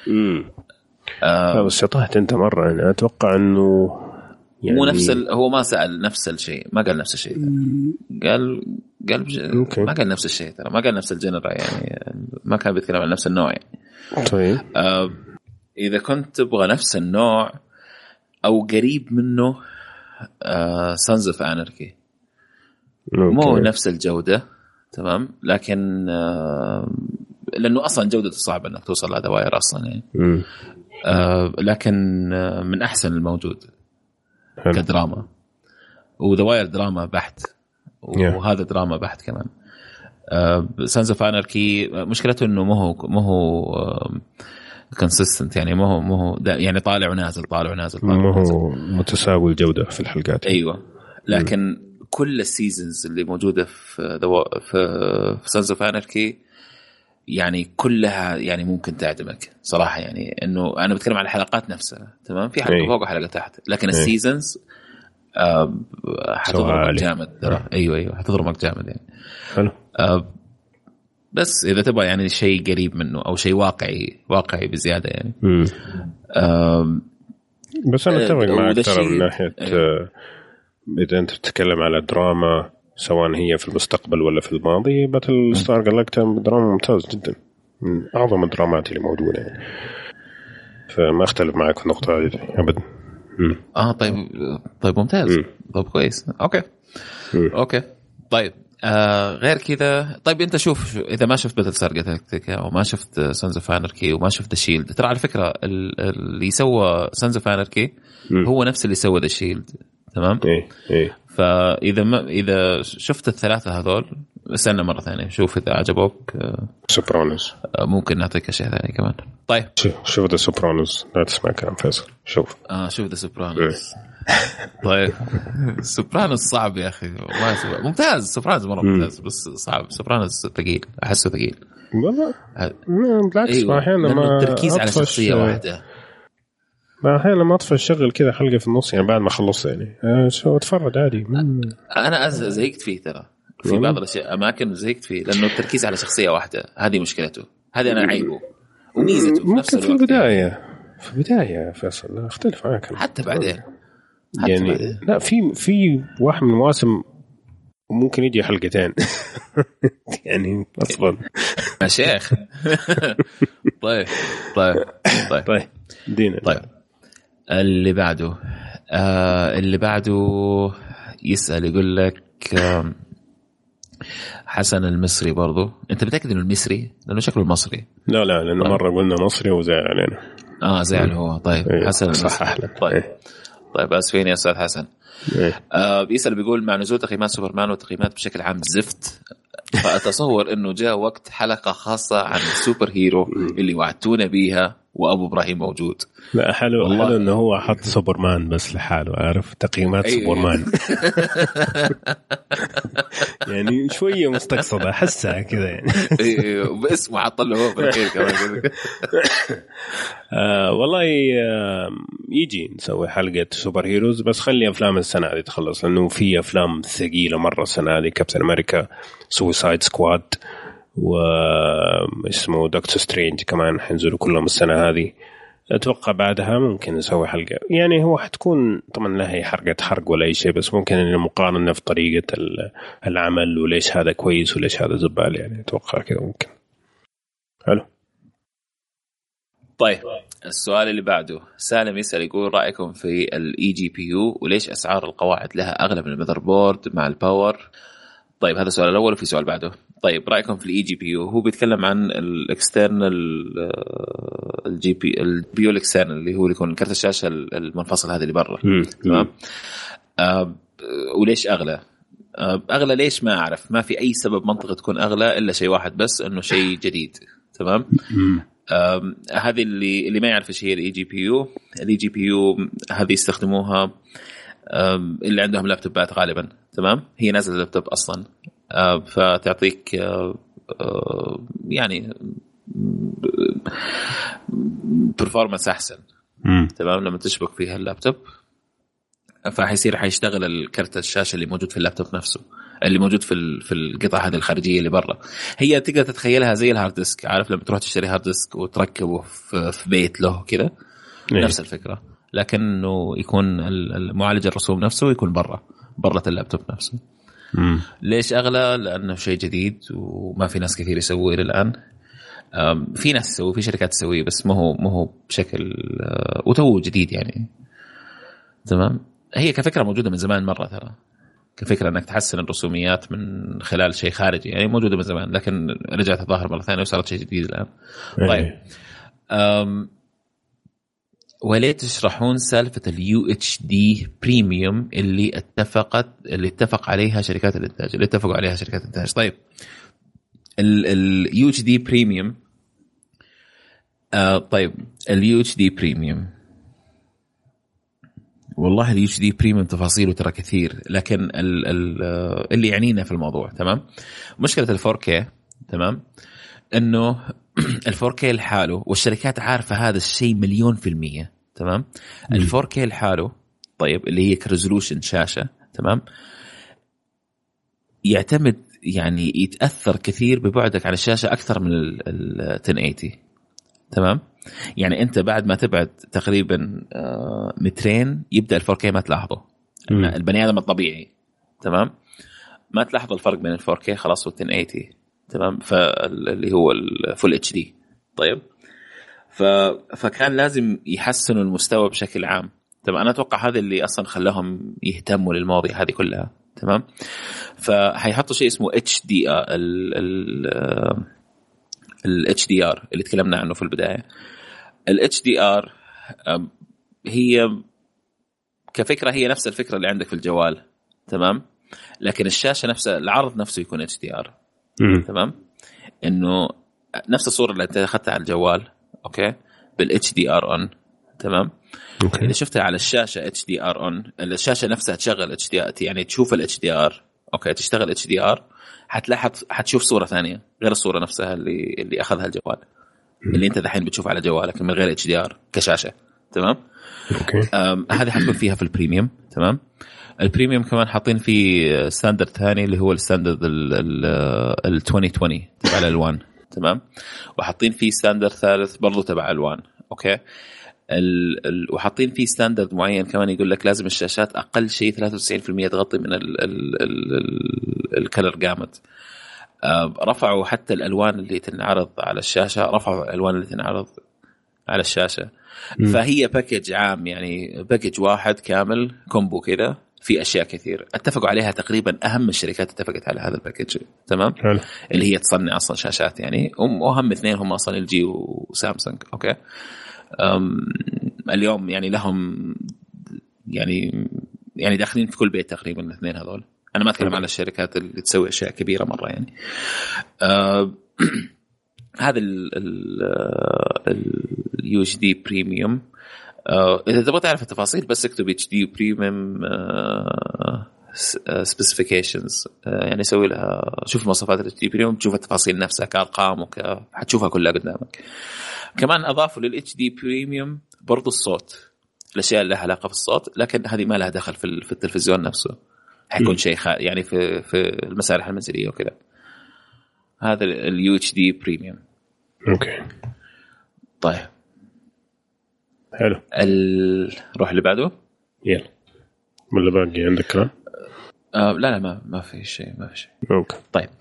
بس شطحت أنت مرة. يعني أتوقع إنه يعني مو نفس هو ما سأل نفس الشيء، ما قال نفس الشيء، قال ما قال نفس الشيء ترى، ما قال نفس الجنرا يعني، ما كان بيتكلم عن نفس النوع يعني. طيب إذا كنت تبغى نفس النوع أو قريب منه Sons of Anarchy مو نفس الجودة تمام، لكن لأنه أصلا جودته صعبة أنك توصل لدوائر أصلا يعني. لكن من أحسن الموجود كدراما، ودوائر دراما بحت وهذا دراما بحت كمان. Sons of Anarchy مشكلته إنه ما هو consistent يعني، ما هو يعني طالع ونازل ما هو متساوي الجودة في الحلقات. أيوة، لكن كل السيزونز اللي موجودة في Sons of Anarchy يعني كلها يعني ممكن تعدمك صراحة يعني. إنه أنا بتكلم على الحلقات نفسها تمام، في حلقة فوق وحلقة تحت، لكن السيزونز حتضربك جامد ترى. أيوة حتضربك جامد يعني. حلو. بس إذا تبغى يعني شيء قريب منه أو شيء واقعي بزيادة يعني. بس أنا أتفق معك ترى من ناحية إذا أنت بتتكلم على دراما سواء هي في المستقبل ولا في الماضي، باتل ستار جالاكتيكا دراما ممتاز جدا، من أعظم الدرامات اللي موجودة يعني. فما أختلف معك في النقطة هذه أبدا. طيب ممتاز. طيب كويس. أوكي طيب غير كذا. طيب انت شوف اذا ما شفت باتل ستار جالاكتيكا او ما شفت سانز اوف اناركي وما شفت الشيلد، ترى على فكره اللي سوى سانز اوف اناركي هو نفس اللي سوى ذا شيلد تمام. فاذا اذا شفت الثلاثه هذول استنى مره ثانيه شوف اذا عجبوك سوبرانوس، ممكن نعطيك اشياء ثانيه كمان. طيب شوف ذا سوبرانوس، لا تسمع كلام فيصل. شوف ذا سوبرانوس. طيب سوبرانوس صعب يا اخي، ممتاز سوبرانوس مره ممتاز بس صعب. سوبرانوس ثقيل، احسه ثقيل والله. بالعكس أيوة. احيانا ما التركيز على شخصيه واحده، ما احيانا ما اطفي الشغل كذا حلقه في النص يعني بعد ما خلصت يعني شو اتفرج عادي. انا زهقت فيه ترى في بعض الاشياء اماكن زهقت فيه لانه التركيز على شخصيه واحده، هذه مشكلته، هذه انا عيبه وميزته في نفس الوقت. في البدايه فيصل لا اختلف معك حتى بعدين يعني بعدين. لا في واحد من المواسم ممكن يجي حلقتين يعني اصلا يا شيخ. طيب دينا. طيب اللي بعده يسأل يقول لك حسن المصري برضو. انت متاكد انه المصري لانه شكله المصري؟ لا لانه طيب. مره قلنا مصري وزعل علينا. زعل هو. طيب حسن صح احلى. طيب اسفين يا استاذ حسن. بيسأل بيقول مع نزول تقييمات سوبرمان والتقييمات بشكل عام زفت، فأتصور أنه جاء وقت حلقة خاصة عن السوبر هيرو اللي وعدتونا بيها وأبو إبراهيم موجود. لا حلو أنه هو حط سوبرمان بس لحاله، عارف تقييمات سوبرمان. يعني شوية مستقصدة حسها كذا يعني. بس وحط له هو بالخير كمان. والله يجي نسوي حلقة سوبر هيروز، بس خلي أفلام السنة هذه تخلص، لأنه في أفلام ثقيلة مرة السنة هذه. كابتن أمريكا، سويسايد سكواد، واسمه دكتور سترينج كمان حينزلوا كلهم السنة هذه. أتوقع بعدها ممكن نسوي حلقة، يعني هو حتكون طبعا لا هي حرق ولا أي شيء، بس ممكن المقارنة في طريقة العمل وليش هذا كويس وليش هذا زبال، يعني أتوقع كذا ممكن. حلو. طيب السؤال اللي بعده، سالم يسأل يقول رأيكم في الاي جي بي يو وليش أسعار القواعد لها أغلى من المذر بورد مع الباور؟ طيب هذا السؤال الأول، وفي سؤال بعده. طيب رأيكم في الاي جي بي يو، هو بيتكلم عن الاكسترنال الجي بي البيو الاكسترنال اللي هو يكون كرت الشاشة المنفصل هذا اللي برا. تمام. وليش أغلى؟ أغلى ليش ما أعرف، ما في أي سبب منطقي تكون أغلى إلا شيء واحد بس، إنه شيء جديد. تمام. هذه اللي ما يعرف ايش هي الاي جي بي يو. الاي جي بي يو هذه يستخدموها اللي عندهم لابتوبات غالبا. تمام. هي نازله اللابتوب اصلا، فتعطيك يعني برفورمانس احسن. تمام. لما تشبك فيها اللابتوب حيشتغل الكرت الشاشه اللي موجود في اللابتوب نفسه، اللي موجود في القطعه هذه الخارجيه اللي برا. هي تقدر تتخيلها زي الهارد ديسك، عارف لما تروح تشتري هارد ديسك وتركبه في بيت له كذا، نفس الفكره، لكنه يكون المعالج الرسوم نفسه يكون برا اللابتوب نفسه. ليش اغلى؟ لانه شيء جديد وما في ناس كثير يسووه الى الان. في ناس تسويه، في شركات تسويه، بس ما هو بشكل وتو جديد يعني. تمام. هي كفكره موجوده من زمان مره، ترى كفكرة أنك تحسن الرسوميات من خلال شيء خارجي، يعني موجودة من زمان، لكن رجعت الظاهر مرة ثانية وصارت شيء جديد الآن. طيب وليه تشرحون سالفة UHD بريميوم اللي اتفق عليها شركات الإنتاج، اللي اتفقوا عليها شركات الإنتاج؟ طيب UHD بريميوم، طيب UHD بريميوم، والله اليو اتش دي بريميوم تفاصيله ترى كثير، لكن اللي يعنينا في الموضوع. تمام. مشكلة ال4K تمام انه ال4K لحاله، والشركات عارفة هذا الشيء 100%. تمام. ال4K لحاله طيب اللي هي كريزولوشن شاشة، تمام، يعتمد يعني يتأثر كثير ببعدك عن الشاشة أكثر من ال 1080. تمام. يعني أنت بعد ما تبعد تقريبا مترين يبدأ ال4K ما تلاحظه. البني آدم الطبيعي تمام ما تلاحظ الفرق بين ال4K خلاص وال 1080. تمام. فاللي هو الفول اتش دي. طيب فكان لازم يحسنوا المستوى بشكل عام. تمام. أنا أتوقع هذا اللي أصلا خلاهم يهتموا للمواضيع هذه كلها. تمام. فهيحطوا شيء اسمه HDR، ال HDR اللي تكلمنا عنه في البداية. ال HDR هي كفكرة هي نفس الفكرة اللي عندك في الجوال. تمام. لكن الشاشة نفسها، العرض نفسه يكون HDR. تمام. إنه نفس الصورة اللي أنت أخذتها على الجوال أوكي بال HDR on. تمام. أوكي. إذا شفتها على الشاشة HDR on، الشاشة نفسها تشغل HDR، يعني تشوف ال HDR أوكي تشتغل HDR، حتشوف صورة ثانية غير الصورة نفسها اللي أخذها الجوال، اللي أنت دحين بتشوف على جوالك من غير HDR كشاشة. تمام. أوكي. هذه حتكون فيها في البريميوم. تمام. البريميوم كمان حاطين فيه ستاندرد ثاني اللي هو الستاندرد ال 2020 تبع الألوان. تمام. وحاطين فيه ستاندرد ثالث برضو تبع ألوان. أوكي. وحاطين فيه ستاندرد معين كمان يقول لك لازم الشاشات أقل شيء 93% تغطي من الكلر جامت. رفعوا حتى الألوان اللي تنعرض على الشاشة، رفعوا الألوان اللي تنعرض على الشاشة. فهي باكج عام، يعني باكج واحد كامل كومبو كده في اشياء كثير اتفقوا عليها، تقريبا اهم الشركات اتفقت على هذا الباكج، تمام. اللي هي تصنع اصلا شاشات يعني، واهم اثنين هم اصلا ال جي وسامسونج. اوكي اليوم يعني لهم يعني داخلين في كل بيت تقريبا الاثنين هذول. انا ما اتكلم على الشركات اللي تسوي اشياء كبيره مره يعني. هذا اليو اتش دي بريميوم. اذا تبغى تعرف التفاصيل بس اكتب اتش دي بريميوم سبيسيفيكيشنز، يعني سوي لها شوف مواصفات الاتش دي بريميوم، تشوف التفاصيل نفسها كارقام حتشوفها كلها قدامك. كمان اضافوا للاتش دي بريميوم برضو الصوت، الاشياء اللي لها علاقه بالصوت، لكن هذه ما لها دخل في التلفزيون نفسه، حيكون شيء يعني في المسارح المنزليه وكذا. هذا اليو اتش دي بريميوم. اوكي طيب حلو. روح اللي بعده. يلا ولا باقي عندك كلام؟ لا ما في شيء. اوكي طيب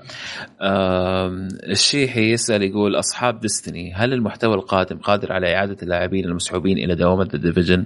الشيحي يسأل يقول أصحاب ديستني هل المحتوى القادم قادر على إعادة اللاعبين المسحوبين إلى دوامة ذا ديفيجن؟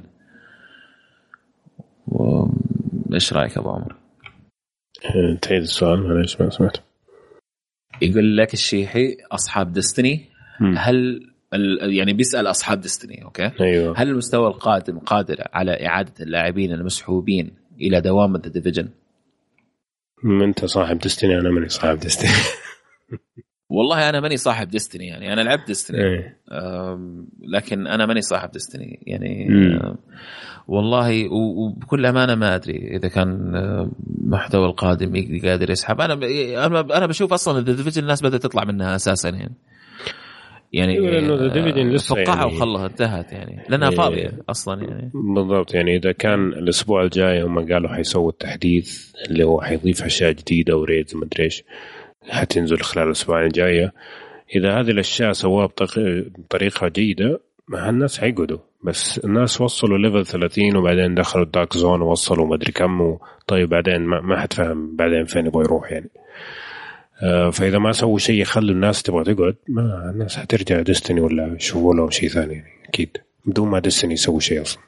إيش رأيك أبو عمر؟ تعيد السؤال معليش ما سمعت. يقول لك الشيحي أصحاب ديستني هل يعني بيسأل أصحاب ديستني أوكي أيوة. هل المستوى القادم قادر على إعادة اللاعبين المسحوبين إلى دوامة ذا ديفيجن؟ أنت صاحب ديستني، أنا ماني صاحب ديستني. والله أنا ماني صاحب ديستني يعني، أنا لعبت ديستني لكن أنا ماني صاحب ديستني يعني. والله وبكل أمانة ما أدري إذا كان محتوى القادم قادر يسحب. أنا بشوف أصلا ذا ديفيجن الناس بدأت تطلع منها أساسا يعني فقعها وخلها انتهت يعني لأنها فاضية أصلا يعني. بالضبط يعني إذا كان الأسبوع الجاي هم قالوا حيسووا التحديث اللي هو حيضيف أشياء جديدة وريدز ما أدري إيش حتنزل خلال الأسبوع الجاية، إذا هذه الأشياء سواها بطريقة جيدة ما الناس حيقعدوا. بس الناس وصلوا ليفل 30 وبعدين دخلوا الدارك زون ووصلوا ما أدري كم طيب بعدين ما حد فهم بعدين فين يبغى يروح يعني. فإذا ما سووا شيء يخلوا الناس تبغى تقعد، ما الناس حترجع ديستني ولا يشوفوا لهم شيء ثاني يعني أكيد بدون ما ديستني يسوي شيء أصلا.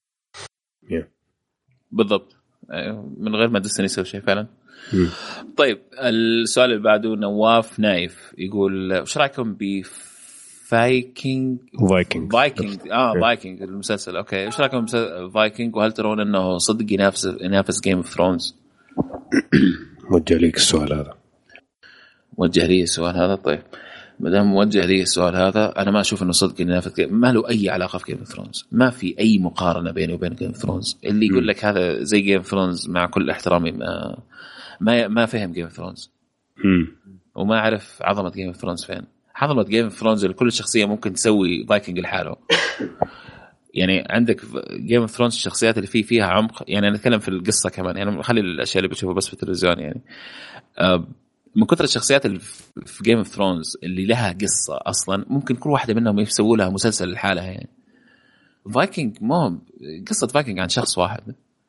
بالضبط من غير ما ديستني يسوي شيء فعلا. طيب السؤال اللي بعده نواف نايف يقول وش رايكم فايكنج المسلسل؟ اوكي وش رايكم فايكنج، وهل ترون انه صدق ينافس جيم اوف ثرونز؟ موجه ليك السؤال هذا. موجه لي السؤال هذا. طيب ما دام موجه لي السؤال هذا انا ما اشوف انه صدق ينافس، ما له اي علاقه في جيم اوف ثرونز، ما في اي مقارنه بينه وبين جيم اوف ثرونز. اللي يقول لك هذا زي جيم اوف ثرونز مع كل احترامي ما فهم جيم اوف ثرونز وما عرف عظمه جيم اوف ثرونز فين. عظمه جيم اوف ثرونز لكل شخصيه ممكن تسوي فايكنج لحاله يعني. عندك جيم اوف ثرونز الشخصيات اللي فيها عمق يعني. نتكلم في القصه كمان يعني، خلي الاشياء اللي بتشوفها بس في التلفزيون يعني. من كثر الشخصيات اللي في جيم اوف ثرونز اللي لها قصه اصلا ممكن كل واحده منهم يسووا لها مسلسل لحالها يعني. فايكنج مو قصه فايكنج عن شخص واحد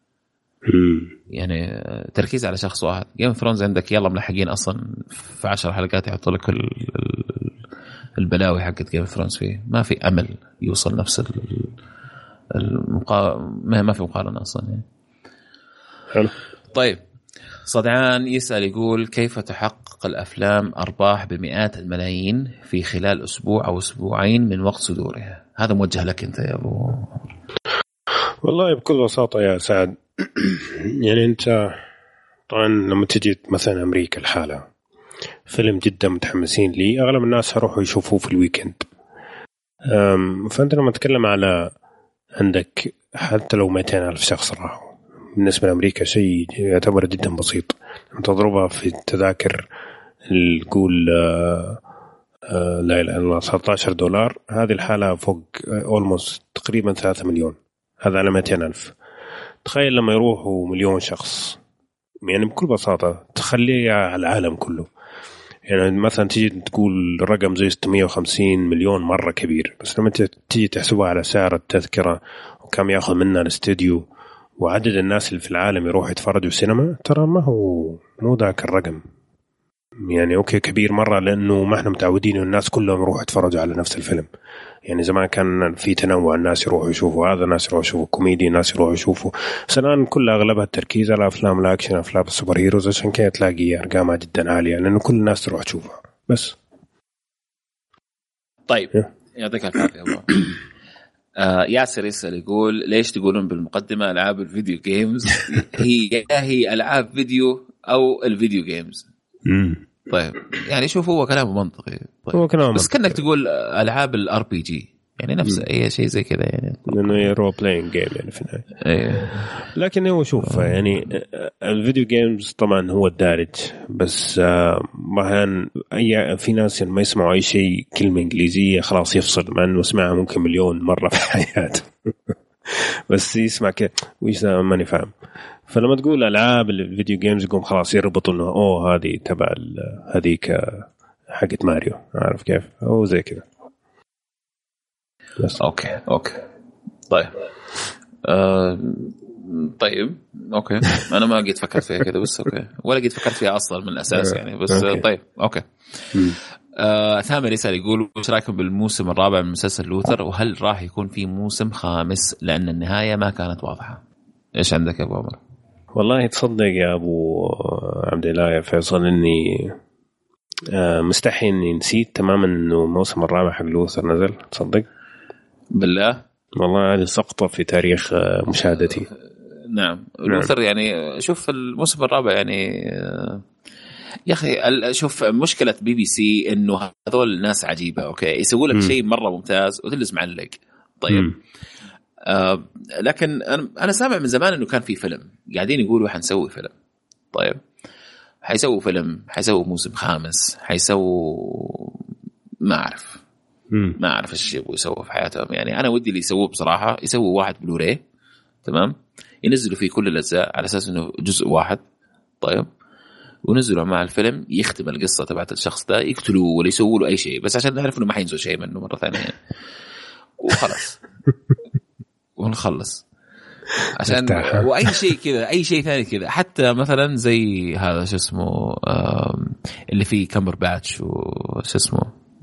يعني، تركيز على شخص واحد. جيم اوف ثرونز عندك يلا ملحقين اصلا في 10 حلقات يحطوا لك البلاوي حقت جيم اوف ثرونز فيه. ما في امل يوصل نفس ما في مقارنه اصلا يعني. حلو. طيب صدعان يسأل يقول كيف تحقق الأفلام أرباح بمئات الملايين في خلال أسبوع أو أسبوعين من وقت صدورها؟ هذا موجه لك أنت يا أبو. والله بكل بساطة يا سعد يعني أنت طبعا لما تجي مثلا أمريكا الحالة فيلم جدا متحمسين لي، أغلب الناس هروحوا يشوفوه في الويكند. فأنت لما تتكلم على عندك حتى لو 200,000 شخص راحوا، بالنسبة لأمريكا شيء يعتبر جدا بسيط. تضربها في التذاكر نقول لا إله إلا الله $13، هذه الحالة فوق almost تقريبا 3 مليون، هذا على 200,000. تخيل لما يروحوا 1,000,000 شخص يعني بكل بساطة تخليه على العالم كله يعني. مثلا تيجي تقول رقم زي 650 مليون مرة كبير، بس لما تيجي تحسبها على سعر التذكرة وكم يأخذ منها الاستوديو وعدد الناس اللي في العالم يروحوا يتفرجوا سينما، ترى ما هو ذاك الرقم يعني أوكي كبير مرة، لأنه ما احنا متعودين إن الناس كلهم يروحوا يتفرجوا على نفس الفيلم. يعني زمان كان في تنوع، الناس يروحوا يشوفوا هذا، الناس يروحوا يشوفوا كوميدي، الناس يروحوا يشوفوا. بس الآن كل أغلبها التركيز على أفلام الأكشن، أفلام السوبر هيروز، عشان كده تلاقي أرقامها جدا عالية لأنه كل الناس تروح تشوفها بس. طيب يعطيك العافية. ياسر يسأل يقول ليش تقولون بالمقدمة ألعاب الفيديو جيمز هي ألعاب فيديو أو الفيديو جيمز؟ طيب يعني شوف هو كلام منطقي. طيب. هو كلام بس كأنك تقول ألعاب الار بي جي يعني نفس أي شيء زي كذا يعني، لأنه رول بلاينج جيم يعني في النهاية. لكن هو شوف يعني الفيديو جيمز طبعا هو الدارج، بس مثلا في ناس ما يسمعوا أي شيء كلمة إنجليزية خلاص يفصل، مع إنه سمعها ممكن مليون مرة في حياته بس يسمع كده ويش ماني فاهم. فلما تقول ألعاب الفيديو جيمز يقوم خلاص يربطوا إنه هذه تبع هذيك حقت ماريو، عارف كيف أو زي كذا. اوكي طيب طيب اوكي انا ما قد فكرت فيها كذا، بس اوكي ولا قد فكرت فيها اصلا من الاساس يعني، بس طيب اوكي. ثامر يسأل يقول ايش رايكم بالموسم الرابع من مسلسل لوثر، وهل راح يكون في موسم خامس لان النهايه ما كانت واضحه؟ ايش عندك يا ابو عمر؟ والله تصدق يا ابو عبد الله يا فيصل اني مستحي اني نسيت تماما انه الموسم الرابع حق لوثر نزل. تصدق بالله والله هذه سقطة في تاريخ مشاهدتي. نعم لوثر يعني شوف الموسم الرابع يعني يا أخي شوف مشكلة بي بي سي إنه هذول الناس عجيبة أوكي يسووا لك شيء مرة ممتاز وتجلس معلق. طيب لكن أنا سامع من زمان إنه كان في فيلم قاعدين يقولوا حنسوي فيلم. طيب حيسووا فيلم، حيسووا موسم خامس، حيسووا ما أعرف إيش يبغوا يسووا في حياتهم. يعني أنا ودي اللي يسووه بصراحة يسووا واحد بلوري تمام، ينزلوا فيه كل الأجزاء على أساس إنه جزء واحد. طيب ونزلوا مع الفيلم يختم القصة تبعت الشخص ده، يقتلوه ولا يسووا له أي شيء بس عشان نعرف إنه ما حينزل شيء منه مرة ثانية وخلاص ونخلص عشان وأي شيء كذا، أي شيء ثاني كذا، حتى مثلا زي هذا شو اسمه اللي فيه كامبر باتش وش اسمه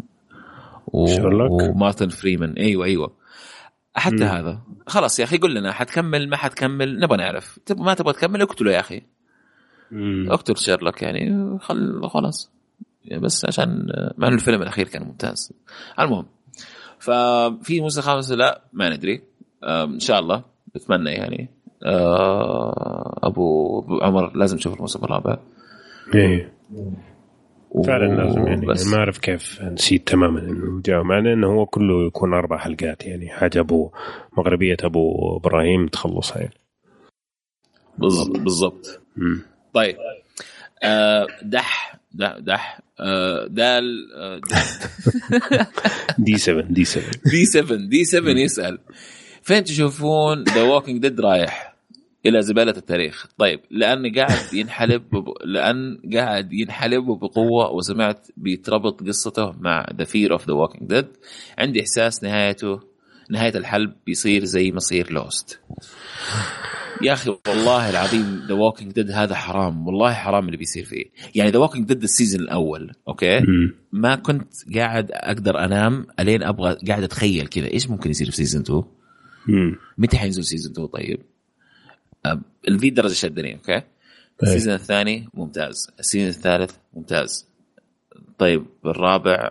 ومارتن فريمان. أيوة حتى هذا خلاص يا أخي قل لنا حتكمل ما حتكمل، نبغى نعرف. ما تبغى تكمل اقتله يا أخي، اقتل شيرلوك يعني خلاص بس عشان مع الفيلم الأخير كان ممتاز. المهم ففي موسم خامس لا ما ندري إن شاء الله نتمنى يعني. أبو عمر لازم تشوف الموسم الرابع. فعلا لازم يعني ما أعرف كيف نسيت تماما إنه جاء معنا إنه هو كله يكون 4 حلقات يعني حاجة أبو مغربية أبو إبراهيم تخلصها يعني. بالضبط. طيب دح دال دي 7 يسأل فين تشوفون The Walking Dead رايح؟ إلى زبالة التاريخ. طيب لأن قاعد ينحلب بقوة، وسمعت بيتربط قصته مع The Fear of the Walking Dead. عندي إحساس نهاية الحلب بيصير زي مصير لوست. يا أخي والله العظيم The Walking Dead هذا حرام، والله حرام اللي بيصير فيه. يعني The Walking Dead السيزن الأول أوكي ما كنت قاعد أقدر أنام ألين أبغى قاعد أتخيل كذا إيش ممكن يصير في سيزن 2. متى حينزل سيزن 2؟ طيب الفي درجة شدني أوكي. السيزن الثاني ممتاز، السيزن الثالث ممتاز. طيب الرابع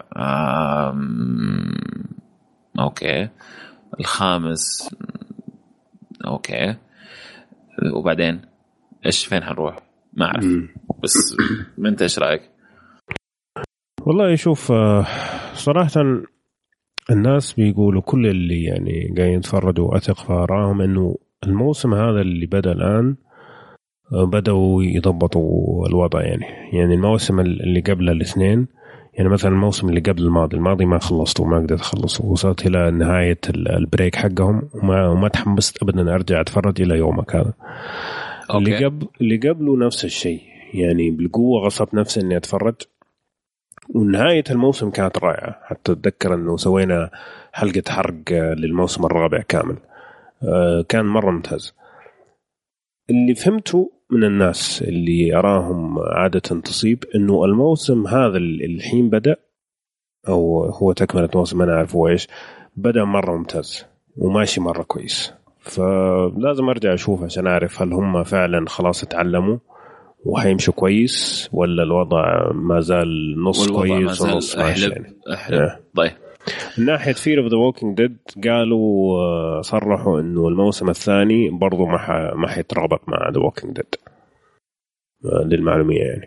أوكي، الخامس أوكي، وبعدين إيش فين هنروح ما أعرف. بس أنت إيش رأيك؟ والله يشوف صراحة الناس بيقولوا كل اللي يعني قاعدين يتفرجوا أثق في آرائهم إنه الموسم هذا اللي بدأ الآن بدأوا يضبطوا الوضع. يعني الموسم اللي قبل الاثنين، يعني مثلا الموسم اللي قبل الماضي ما خلصته، ما قدرت أخلصه، وصلت إلى نهاية البريك حقهم وما تحمست أبدا أرجع أتفرج إلى يومك هذا. اللي قبله نفس الشيء، يعني بالقوة غصبت نفسي إني أتفرج. ونهاية الموسم كانت رائعة، حتى أتذكر أنه سوينا حلقة حرق للموسم الرابع كامل، كان مرة ممتاز. اللي فهمته من الناس اللي أراهم عادة تصيب إنه الموسم هذا الحين بدأ أو هو تكملة موسم أنا أعرف هو إيش بدأ مرة ممتاز وماشي مرة كويس، فلازم أرجع أشوف عشان أعرف هل هم فعلا خلاص اتعلموا وهيمشوا كويس ولا الوضع ما زال نص كويس ونص ماشي يعني. طيب من ناحية Fear of the Walking Dead قالوا صرحوا إنه الموسم الثاني برضو ما حيترابط مع The Walking Dead للمعلومية يعني.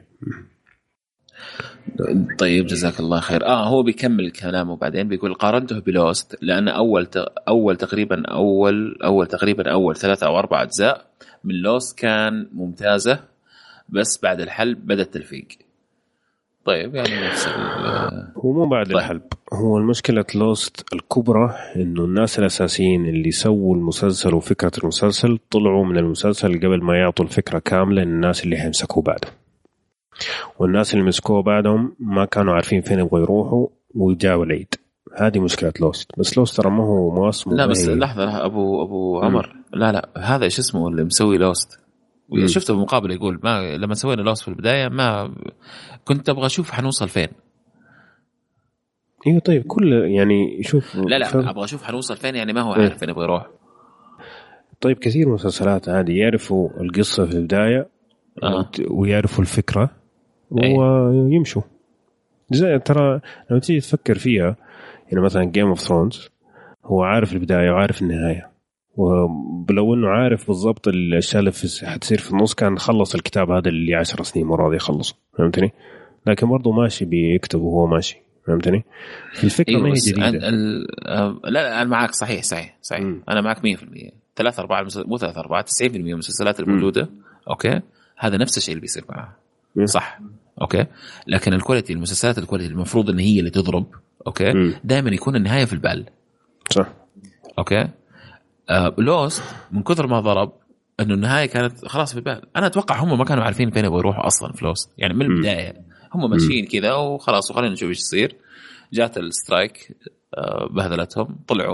طيب جزاك الله خير. هو بيكمل كلامه بعدين بيقول قارنته بلوست لأن أول تقريبا 3 أو 4 أجزاء من لوست كان ممتازة، بس بعد الحلب بدأ التلفيق. طيب يعني نفس هو مو بعد الحلب، هو المشكلة لوست الكبرى إنه الناس الأساسيين اللي سووا المسلسل وفكرة المسلسل طلعوا من المسلسل قبل ما يعطوا الفكرة كاملة للناس اللي هيمسكوا بعده، والناس اللي مسكوه بعدهم ما كانوا عارفين فين يبغوا يروحوا ويجاوا العيد. هذه مشكلة لوست. بس لوست ترى ما هو مواسم. لا بس لحظة أبو عمر، لا هذا إيش اسمه اللي مسوي لوست؟ شفته بمقابل يقول ما لما سوينا لوست في البداية ما كنت أبغى أشوف حنوصل فين. ايوه طيب كل يعني شوف لا أبغى أشوف حنوصل فين، يعني ما هو عارف فين يبغى يروح. طيب كثير مسلسلات عادي يعرفوا القصة في البداية ويعرفوا الفكرة ويمشوا. زي ترى لما تيجي تفكر فيها يعني مثلا Game of Thrones هو عارف البداية وعارف النهاية، ولو انه عارف بالضبط الاشياء اللي حتصير في النص كان خلص الكتاب هذا اللي 10 سنين مرة يخلصه، فهمتني؟ لكن برضو ماشي بيكتب وهو ماشي، فهمتني؟ في الفكرة ما هي جديدة. لا أنا معك صحيح. أنا معك 100%. 3-4 مو 3-4 90% من المسلسلات الموجودة أوكي هذا نفس الشيء اللي بيصير معها صح أوكي، لكن الكواليتي المسلسلات الكواليتي المفروض إن هي اللي تضرب أوكي دائما يكون النهاية في البال صح أوكي. لوست من كثر ما ضرب إنه النهاية كانت خلاص في البال. أنا أتوقع هم ما كانوا عارفين فين يبغوا يروحوا أصلا في لوست، يعني من البداية هم ماشيين كذا وخلاص وخلينا نشوف إيش يصير. جات السترايك بهذلتهم طلعوا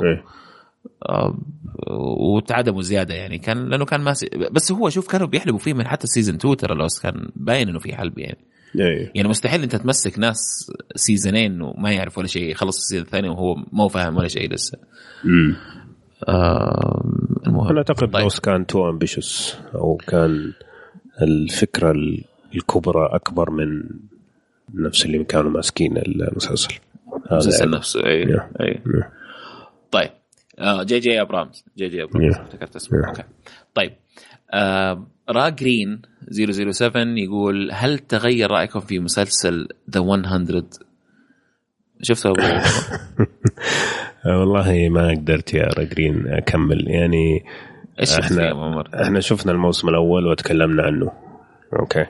وتعدموا زيادة يعني كان لأنه كان ماسي. بس هو شوف كانوا بيحلبوا فيه من حتى السيزن 2 ترى لوست كان باين إنه في حلب يعني مستحيل أنت تمسك ناس سيزنين وما يعرف ولا شيء يخلص السيزن الثاني وهو ما فاهم ولا شيء لسه. المهم أنا أعتقد لوست كان تو أمبيشس أو كان الفكرة الكبرى أكبر من نفس اللي كانوا ماسكين المسلسل نفسه. أي. طيب جي أبرامز افتكرت اسمه أوكي. طيب را جرين 007 يقول هل تغير رأيكم في مسلسل The 100؟ شفته أبو والله ما قدرت يا را جرين أكمل يعني. احنا شفنا الموسم الأول وتكلمنا عنه أوكي،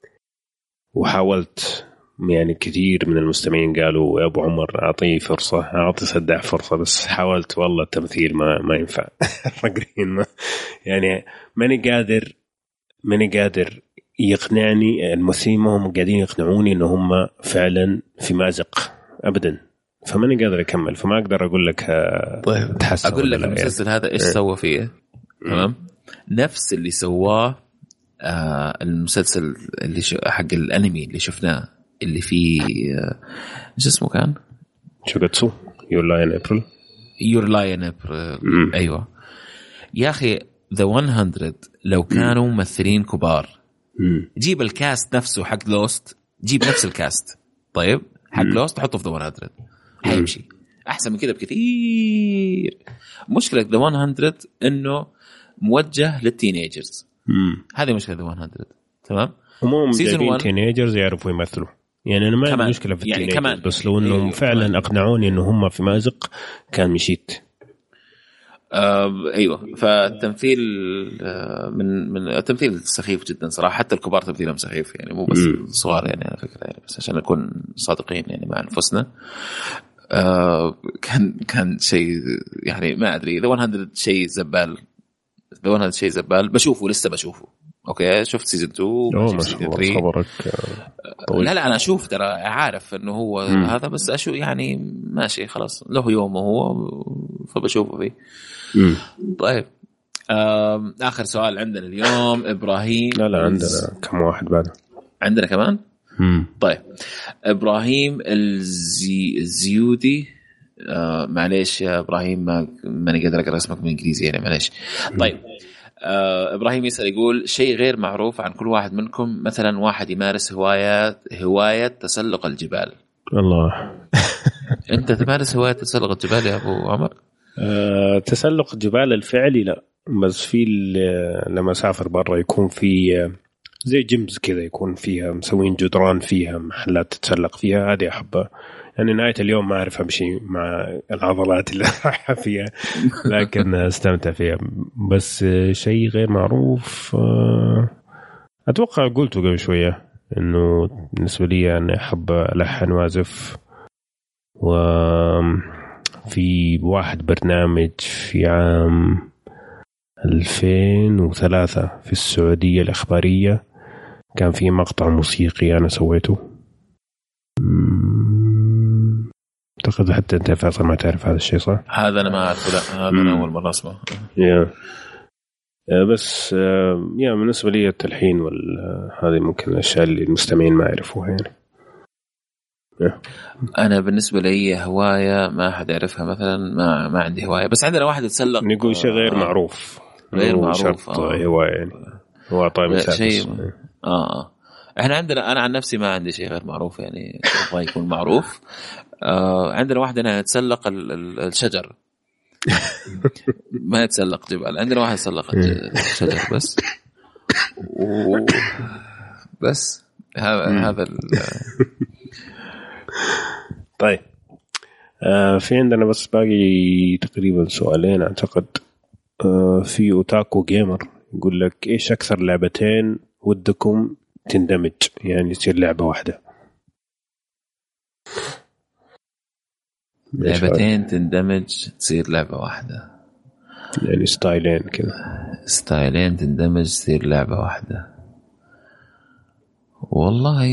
وحاولت يعني كثير من المستمعين قالوا يا أبو عمر أعطيه فرصة، أعطي صدع فرصة، بس حاولت والله التمثيل ما ينفع. فقرين يعني ماني قادر يقنعني الممثلين، ما هم قاعدين يقنعوني إنه هم فعلا في مازق أبدا، فماني قادر أكمل. فما أقدر أقول لك طيب أقول لك المسلسل يعني. هذا إيش سوى فيه؟ تمام نفس اللي سواه المسلسل اللي حق الأنمي اللي شفناه اللي فيه ايش اسمه كان شوغاتسو يور لاين ابريل ايوه يا اخي ذا 100 لو كانوا ممثلين كبار جيب الكاست نفسه حق لوست، جيب نفس الكاست طيب حق لوست حطه في ذا 100 هيمشي احسن من كده بكثير. مشكله ذا 100 انه موجه للتينيجرز، هذه مشكله ذا 100 تمام. هم جايبين تينيجرز يعرفوا يمثلوا يعني أنا ما عندي مشكلة في يعني التينيجرز بس لو إنهم فعلا أقنعوني إنه هم في مازق كان مشيت. أيوة فالتمثيل من التمثيل سخيف جدا صراحة، حتى الكبار تمثيلهم سخيف يعني مو بس الصغار يعني على فكرة يعني، بس عشان نكون صادقين يعني مع أنفسنا. كان شيء يعني ما أدري ذا 100 شيء زبال، ذا 100 شيء زبال. بشوفه لسه بشوفه اوكي، شفت سيزن 2 سيزن 3 خبرك لا انا اشوف ترى عارف انه هو هذا، بس اشوف يعني ماشي خلاص له يومه هو فبشوفه فيه. طيب آخر سؤال عندنا اليوم إبراهيم. لا عندنا كم واحد بعد؟ عندنا كمان. طيب إبراهيم الزيودي. معليش يا إبراهيم ماني قادر أقرأ اسمك بالإنجليزي يعني معليش. طيب إبراهيم يسأل يقول شيء غير معروف عن كل واحد منكم، مثلا واحد يمارس هواية تسلق الجبال. الله أنت تمارس هواية تسلق الجبال يا أبو عمر؟ تسلق الجبال الفعلي لا، بس في لما أسافر برا يكون في زي جيمز كذا يكون فيها مسوين جدران فيها محلات تتسلق فيها، هذه أحبها يعني. نهاية اليوم ما أعرف أمشي مع العضلات اللي رايحة فيها لكن استمتع فيها. بس شيء غير معروف أتوقع قلته قبل شوية إنه بالنسبة لي أنا أحب ألحن وأعزف، وفي واحد برنامج في عام 2003 في السعودية الإخبارية كان في مقطع موسيقي أنا سويته. أعتقد حتى أنت فاصل ما تعرف هذا الشيء صح؟ هذا أنا ما أعرف، لا هذا أنا أول مرة أسمع. بس بالنسبة لي التلحين هذه ممكن الأشياء اللي المستمعين ما يعرفوها يعني. أنا بالنسبة لي هواية ما أحد يعرفها مثلا، ما عندي هواية، بس عندنا واحد يتسلق. نقول شيء غير معروف. غير معروف هواية يعني هو طيب شيء. إحنا عندنا، أنا عن نفسي ما عندي شيء غير معروف يعني أبغى يكون معروف. عندنا واحد هنا يتسلق الشجر ما يتسلق جبال. عندنا واحد يتسلق الشجر بس هذا طيب في عندنا بس باقي تقريبا سؤالين أعتقد. في أوتاكو جيمر يقول لك إيش أكثر لعبتين ودكم تندمج يعني يصير لعبة واحدة؟ لعبتين تندمج تصير لعبة واحدة يعني ستايلين كذا، ستايلين تندمج تصير لعبة واحدة. والله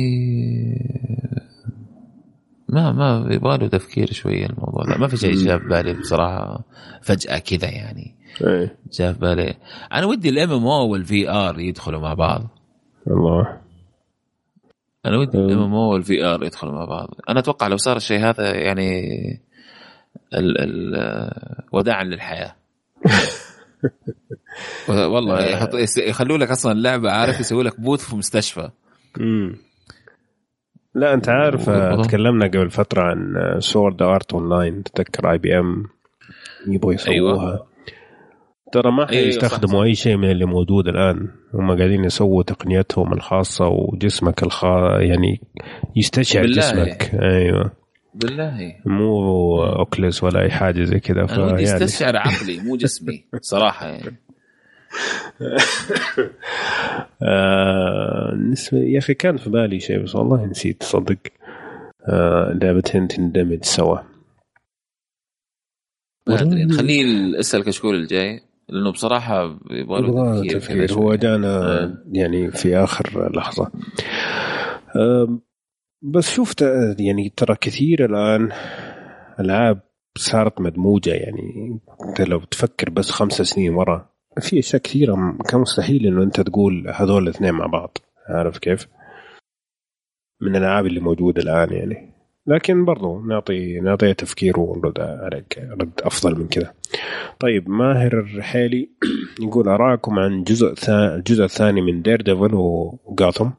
ما يبغاله تفكير شوية الموضوع ده. ما في شيء جاب بالي بصراحة فجأة كذا يعني. جاب بالي أنا ودي الMMO والVR يدخلوا مع بعض. الله أنا ودي الMMO والVR يدخلوا مع بعض. أنا أتوقع لو صار الشيء هذا يعني وداعا للحياة. والله يخلوا لك أصلا اللعبة عارف يسوي لك بوث في مستشفى. لا أنت عارف تكلمنا قبل فترة عن سورد آرت أونلاين، تذكر IBM يبغوا يسووها. ترى ما يستخدموا أي شيء من اللي موجود الآن، هم قاعدين يسووا تقنيتهم الخاصة وجسمك يعني يستشعر جسمك. أيوة بالله مو أوكلس ولا أي حاجة زي كذا. أنا يستشعر عقلي مو جسمي صراحة يعني. يا أخي كان في بالي شيء بس والله نسيت تصدق. لعبتين تندمج سوا ما أدري. نخليه أسأل كشكول الجاي لأنه بصراحة يبغى تفكير. هو جانا يعني في آخر لحظة. بس شفت يعني ترى كثير الآن ألعاب صارت مدموجة يعني. أنت لو تفكر بس 5 سنين ورا في أشياء كثيرة كان مستحيل إنه أنت تقول هذول الاثنين مع بعض، عارف كيف، من الألعاب اللي موجودة الآن يعني. لكن برضو نعطي تفكير ونرد عليك رد أفضل من كذا. طيب ماهر الرحيلي يقول أراكم عن الجزء الثاني من دير ديفل وغاثم.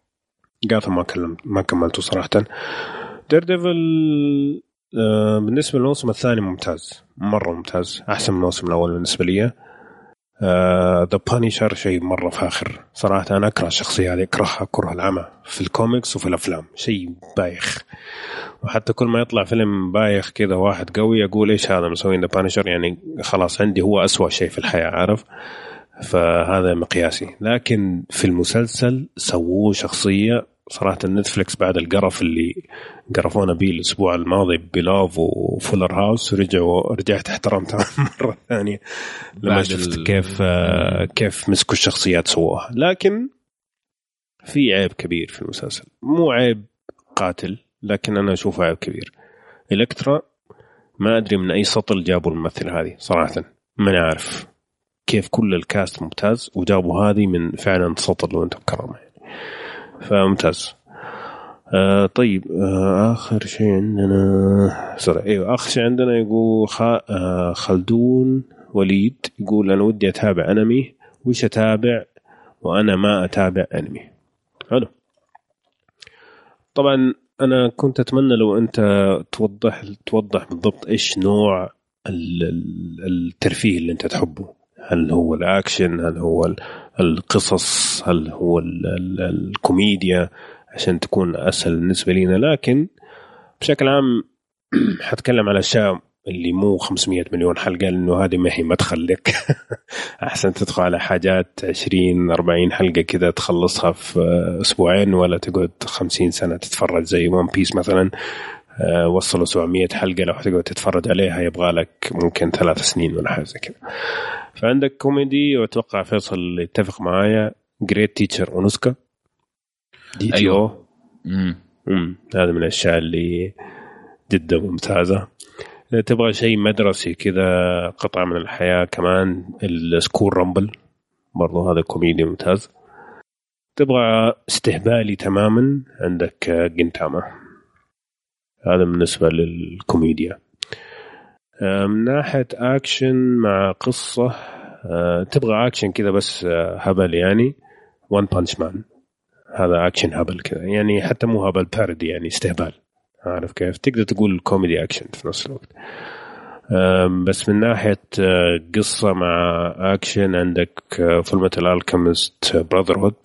ما كملته صراحة. دير ديفل بالنسبة للموسم الثاني ممتاز، مرة ممتاز، أحسن من الموسم الأول بالنسبة لي. The Punisher شيء مرة فاخر صراحة. أنا أكره الشخصية هذه، أكرهها كره العمى في الكوميكس وفي الأفلام، شيء بايخ. وحتى كل ما يطلع فيلم بايخ كذا واحد قوي أقول إيش هذا مسوين The Punisher، يعني خلاص عندي هو أسوأ شيء في الحياة، عارف، فهذا مقياسي. لكن في المسلسل سووه شخصية صراحة. نتفليكس بعد القرف اللي قرفونا بيه الأسبوع الماضي بلاف وفولر هاوس رجعت احترمتها مرة ثانية لما شفت كيف مسكوا الشخصيات سووها. لكن في عيب كبير في المسلسل، مو عيب قاتل لكن أنا أشوفه عيب كبير. إلكترا ما أدري من أي سطل جابوا الممثل هذه صراحة، ما عارف كيف كل الكاست ممتاز، وجابوا هذه من فعلا سطر لو أنت بكرامة يعني، فممتاز. طيب آخر شيء عندنا آخر شيء عندنا يقول خلدون وليد يقول أنا ودي أتابع أنمي، وش أتابع وأنا ما أتابع أنمي؟ حلو. طبعا أنا كنت أتمنى لو أنت توضح بالضبط إيش نوع الترفيه اللي أنت تحبه، هل هو الأكشن، هل هو القصص، هل هو الكوميديا، عشان تكون أسهل بالنسبة لنا. لكن بشكل عام حتكلم على أشياء اللي مو 500 مليون حلقة، لأنه هذه ما هي مدخل لك. أحسن تدخل على حاجات 20-40 حلقة كذا تخلصها في أسبوعين، ولا تقعد 50 سنة تتفرج زي وان بيس مثلا وصلوا 700 حلقة، لو حتقعد تتفرج عليها يبغى لك ممكن 3 سنين ولا حاجة كذا. فعندك كوميدي، وأتوقع فيصل يتفق معايا، جريت تيتشر أونوسكا DTO. أيوه. هذا من الأشياء اللي جدا ممتازة. تبغى شيء مدرسي كذا، قطعة من الحياة كمان، السكول رامبل برضو هذا كوميدي ممتاز. تبغى استهبالي تماما، عندك جنتاما، هذا بالنسبة للكوميديا. من ناحية أكشن مع قصة، تبغى أكشن كذا بس هبل يعني، وان بانش مان، هذا أكشن هبل كذا يعني، حتى مو هبل بارودي يعني، استهبال، عارف كيف تقدر تقول كوميدي أكشن في نفس الوقت. بس من ناحية قصة مع أكشن، عندك فيلمة الألكيميست براذرهود،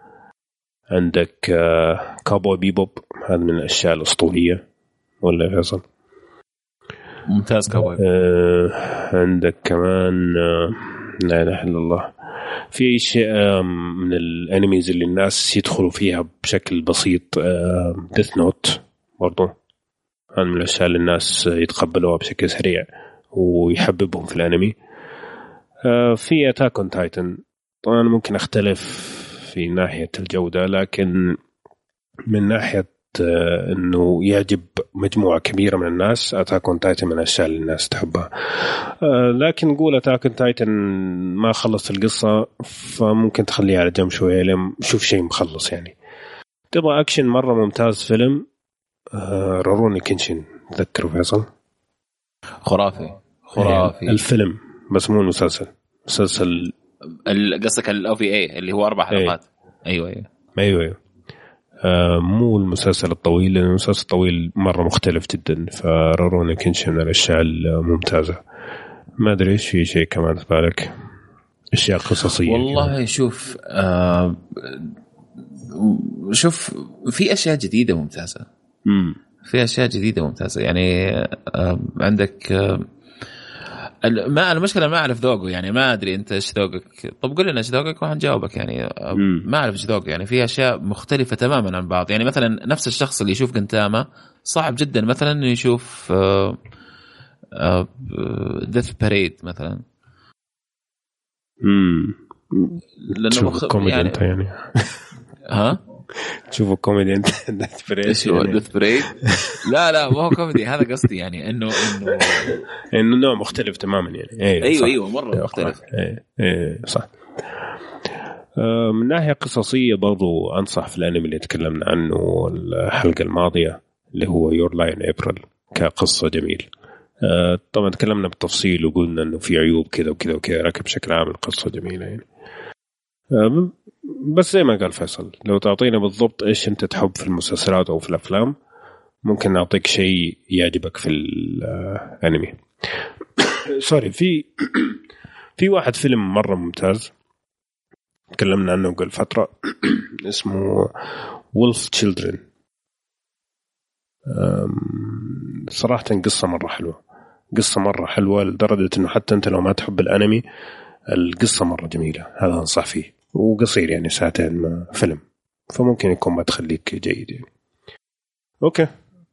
عندك كابوي بيبوب، هذا من الأشياء الأسطورية، ولا فيصل؟ ممتاز كابوي. عندك كمان لا إله إلا الله، في شيء من الأنميز اللي الناس يدخلوا فيها بشكل بسيط، ديث نوت برضو، هذا من الأشياء اللي الناس يتقبلوها بشكل سريع ويحببهم في الأنمي. في أتاك أون تايتن، طبعا ممكن أختلف في ناحية الجودة، لكن من ناحية أنه يعجب مجموعة كبيرة من الناس، أتاك أون تايتن من الأشياء اللي الناس تحبها. لكن نقول أتاك أون تايتن ما خلص القصة، فممكن تخليها على جنب شوية لما شوف شيء مخلص يعني. تبغى أكشن مرة ممتاز، فيلم روروني كينشن، تذكروا فيصل؟ خرافي. الفيلم بس مو المسلسل. مسلسل قصدك الOVA اللي هو 4 حلقات. أيوة. مو المسلسل الطويل، لأن المسلسل الطويل مرة مختلف جدا. فروروني كينشن من الأشياء الممتازة. ما أدري إيش في شيء كمان في بالك، أشياء قصصية والله كمان. شوف في أشياء جديدة ممتازة. في أشياء جديدة ممتازة يعني. عندك المشكلة ما أعرف ذوقه يعني، ما أدري أنت إيش ذوقك. طب قل لنا إيش ذوقك وحنجاوبك يعني. ما أعرف إيش ذوقك يعني. في أشياء مختلفة تماما عن بعض يعني. مثلا نفس الشخص اللي يشوف جنتاما صعب جدا مثلا إنه يشوف ديث باريد مثلا. لأنه كوميدي يعني. ها تشوفوا كوميدي انت ايش هو ديث بريد؟ لا ما هو كوميدي، هذا قصدي يعني انه نوع مختلف تماما يعني. ايوه مره مختلف. ايه صح. من ناحيه قصصيه برضو انصح في الانمي اللي تكلمنا عنه الحلقه الماضيه اللي هو يور لاين ابريل، كقصه جميل. طبعا تكلمنا بالتفصيل وقلنا انه في عيوب كذا وكذا وكذا، لكن بشكل عام القصه جميله يعني. بس زي ما قال فيصل، لو تعطينا بالضبط إيش أنت تحب في المسلسلات أو في الأفلام، ممكن نعطيك شيء يعجبك في الأنمي. سوري، في واحد فيلم مرة ممتاز تكلمنا عنه قبل فترة اسمه وولف تشيلدرن. صراحة قصة مرة حلوة لدرجة إنه حتى أنت لو ما تحب الأنمي القصة مرة جميلة. هذا أنصح فيه، وقصير يعني 2 ساعة فيلم، فممكن يكون ما تخليك جيد يعني. أوكي.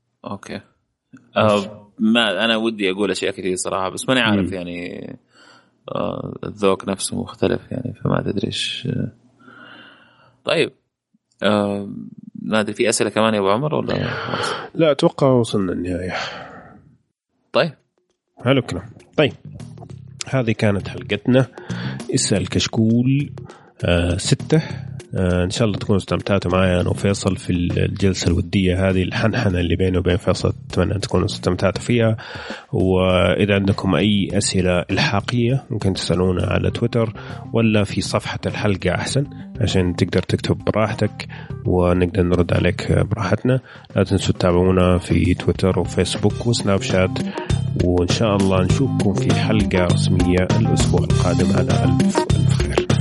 ما أنا ودي أقول أشياء كثير صراحة، بس ماني عارف يعني. الذوق نفسه مختلف يعني، فما تدري إيش. طيب ما أدري، في أسئلة كمان يا أبو عمر ولا؟ لا أتوقع وصلنا النهاية. طيب حلو كلام. طيب هذه كانت حلقتنا. اسأل كشكول 6. إن شاء الله تكونوا استمتعتوا معي أنا وفيصل في الجلسة الودية هذه، الحنحنة اللي بينه وبين فيصل. أتمنى أن تكونوا استمتعتوا فيها. وإذا عندكم أي أسئلة إلحاقية ممكن تسألونا على تويتر ولا في صفحة الحلقة أحسن، عشان تقدر تكتب براحتك ونقدر نرد عليك براحتنا. لا تنسوا تتابعونا في تويتر وفيسبوك وسناب شات، وإن شاء الله نشوفكم في حلقة رسمية الأسبوع القادم. على ألف خير.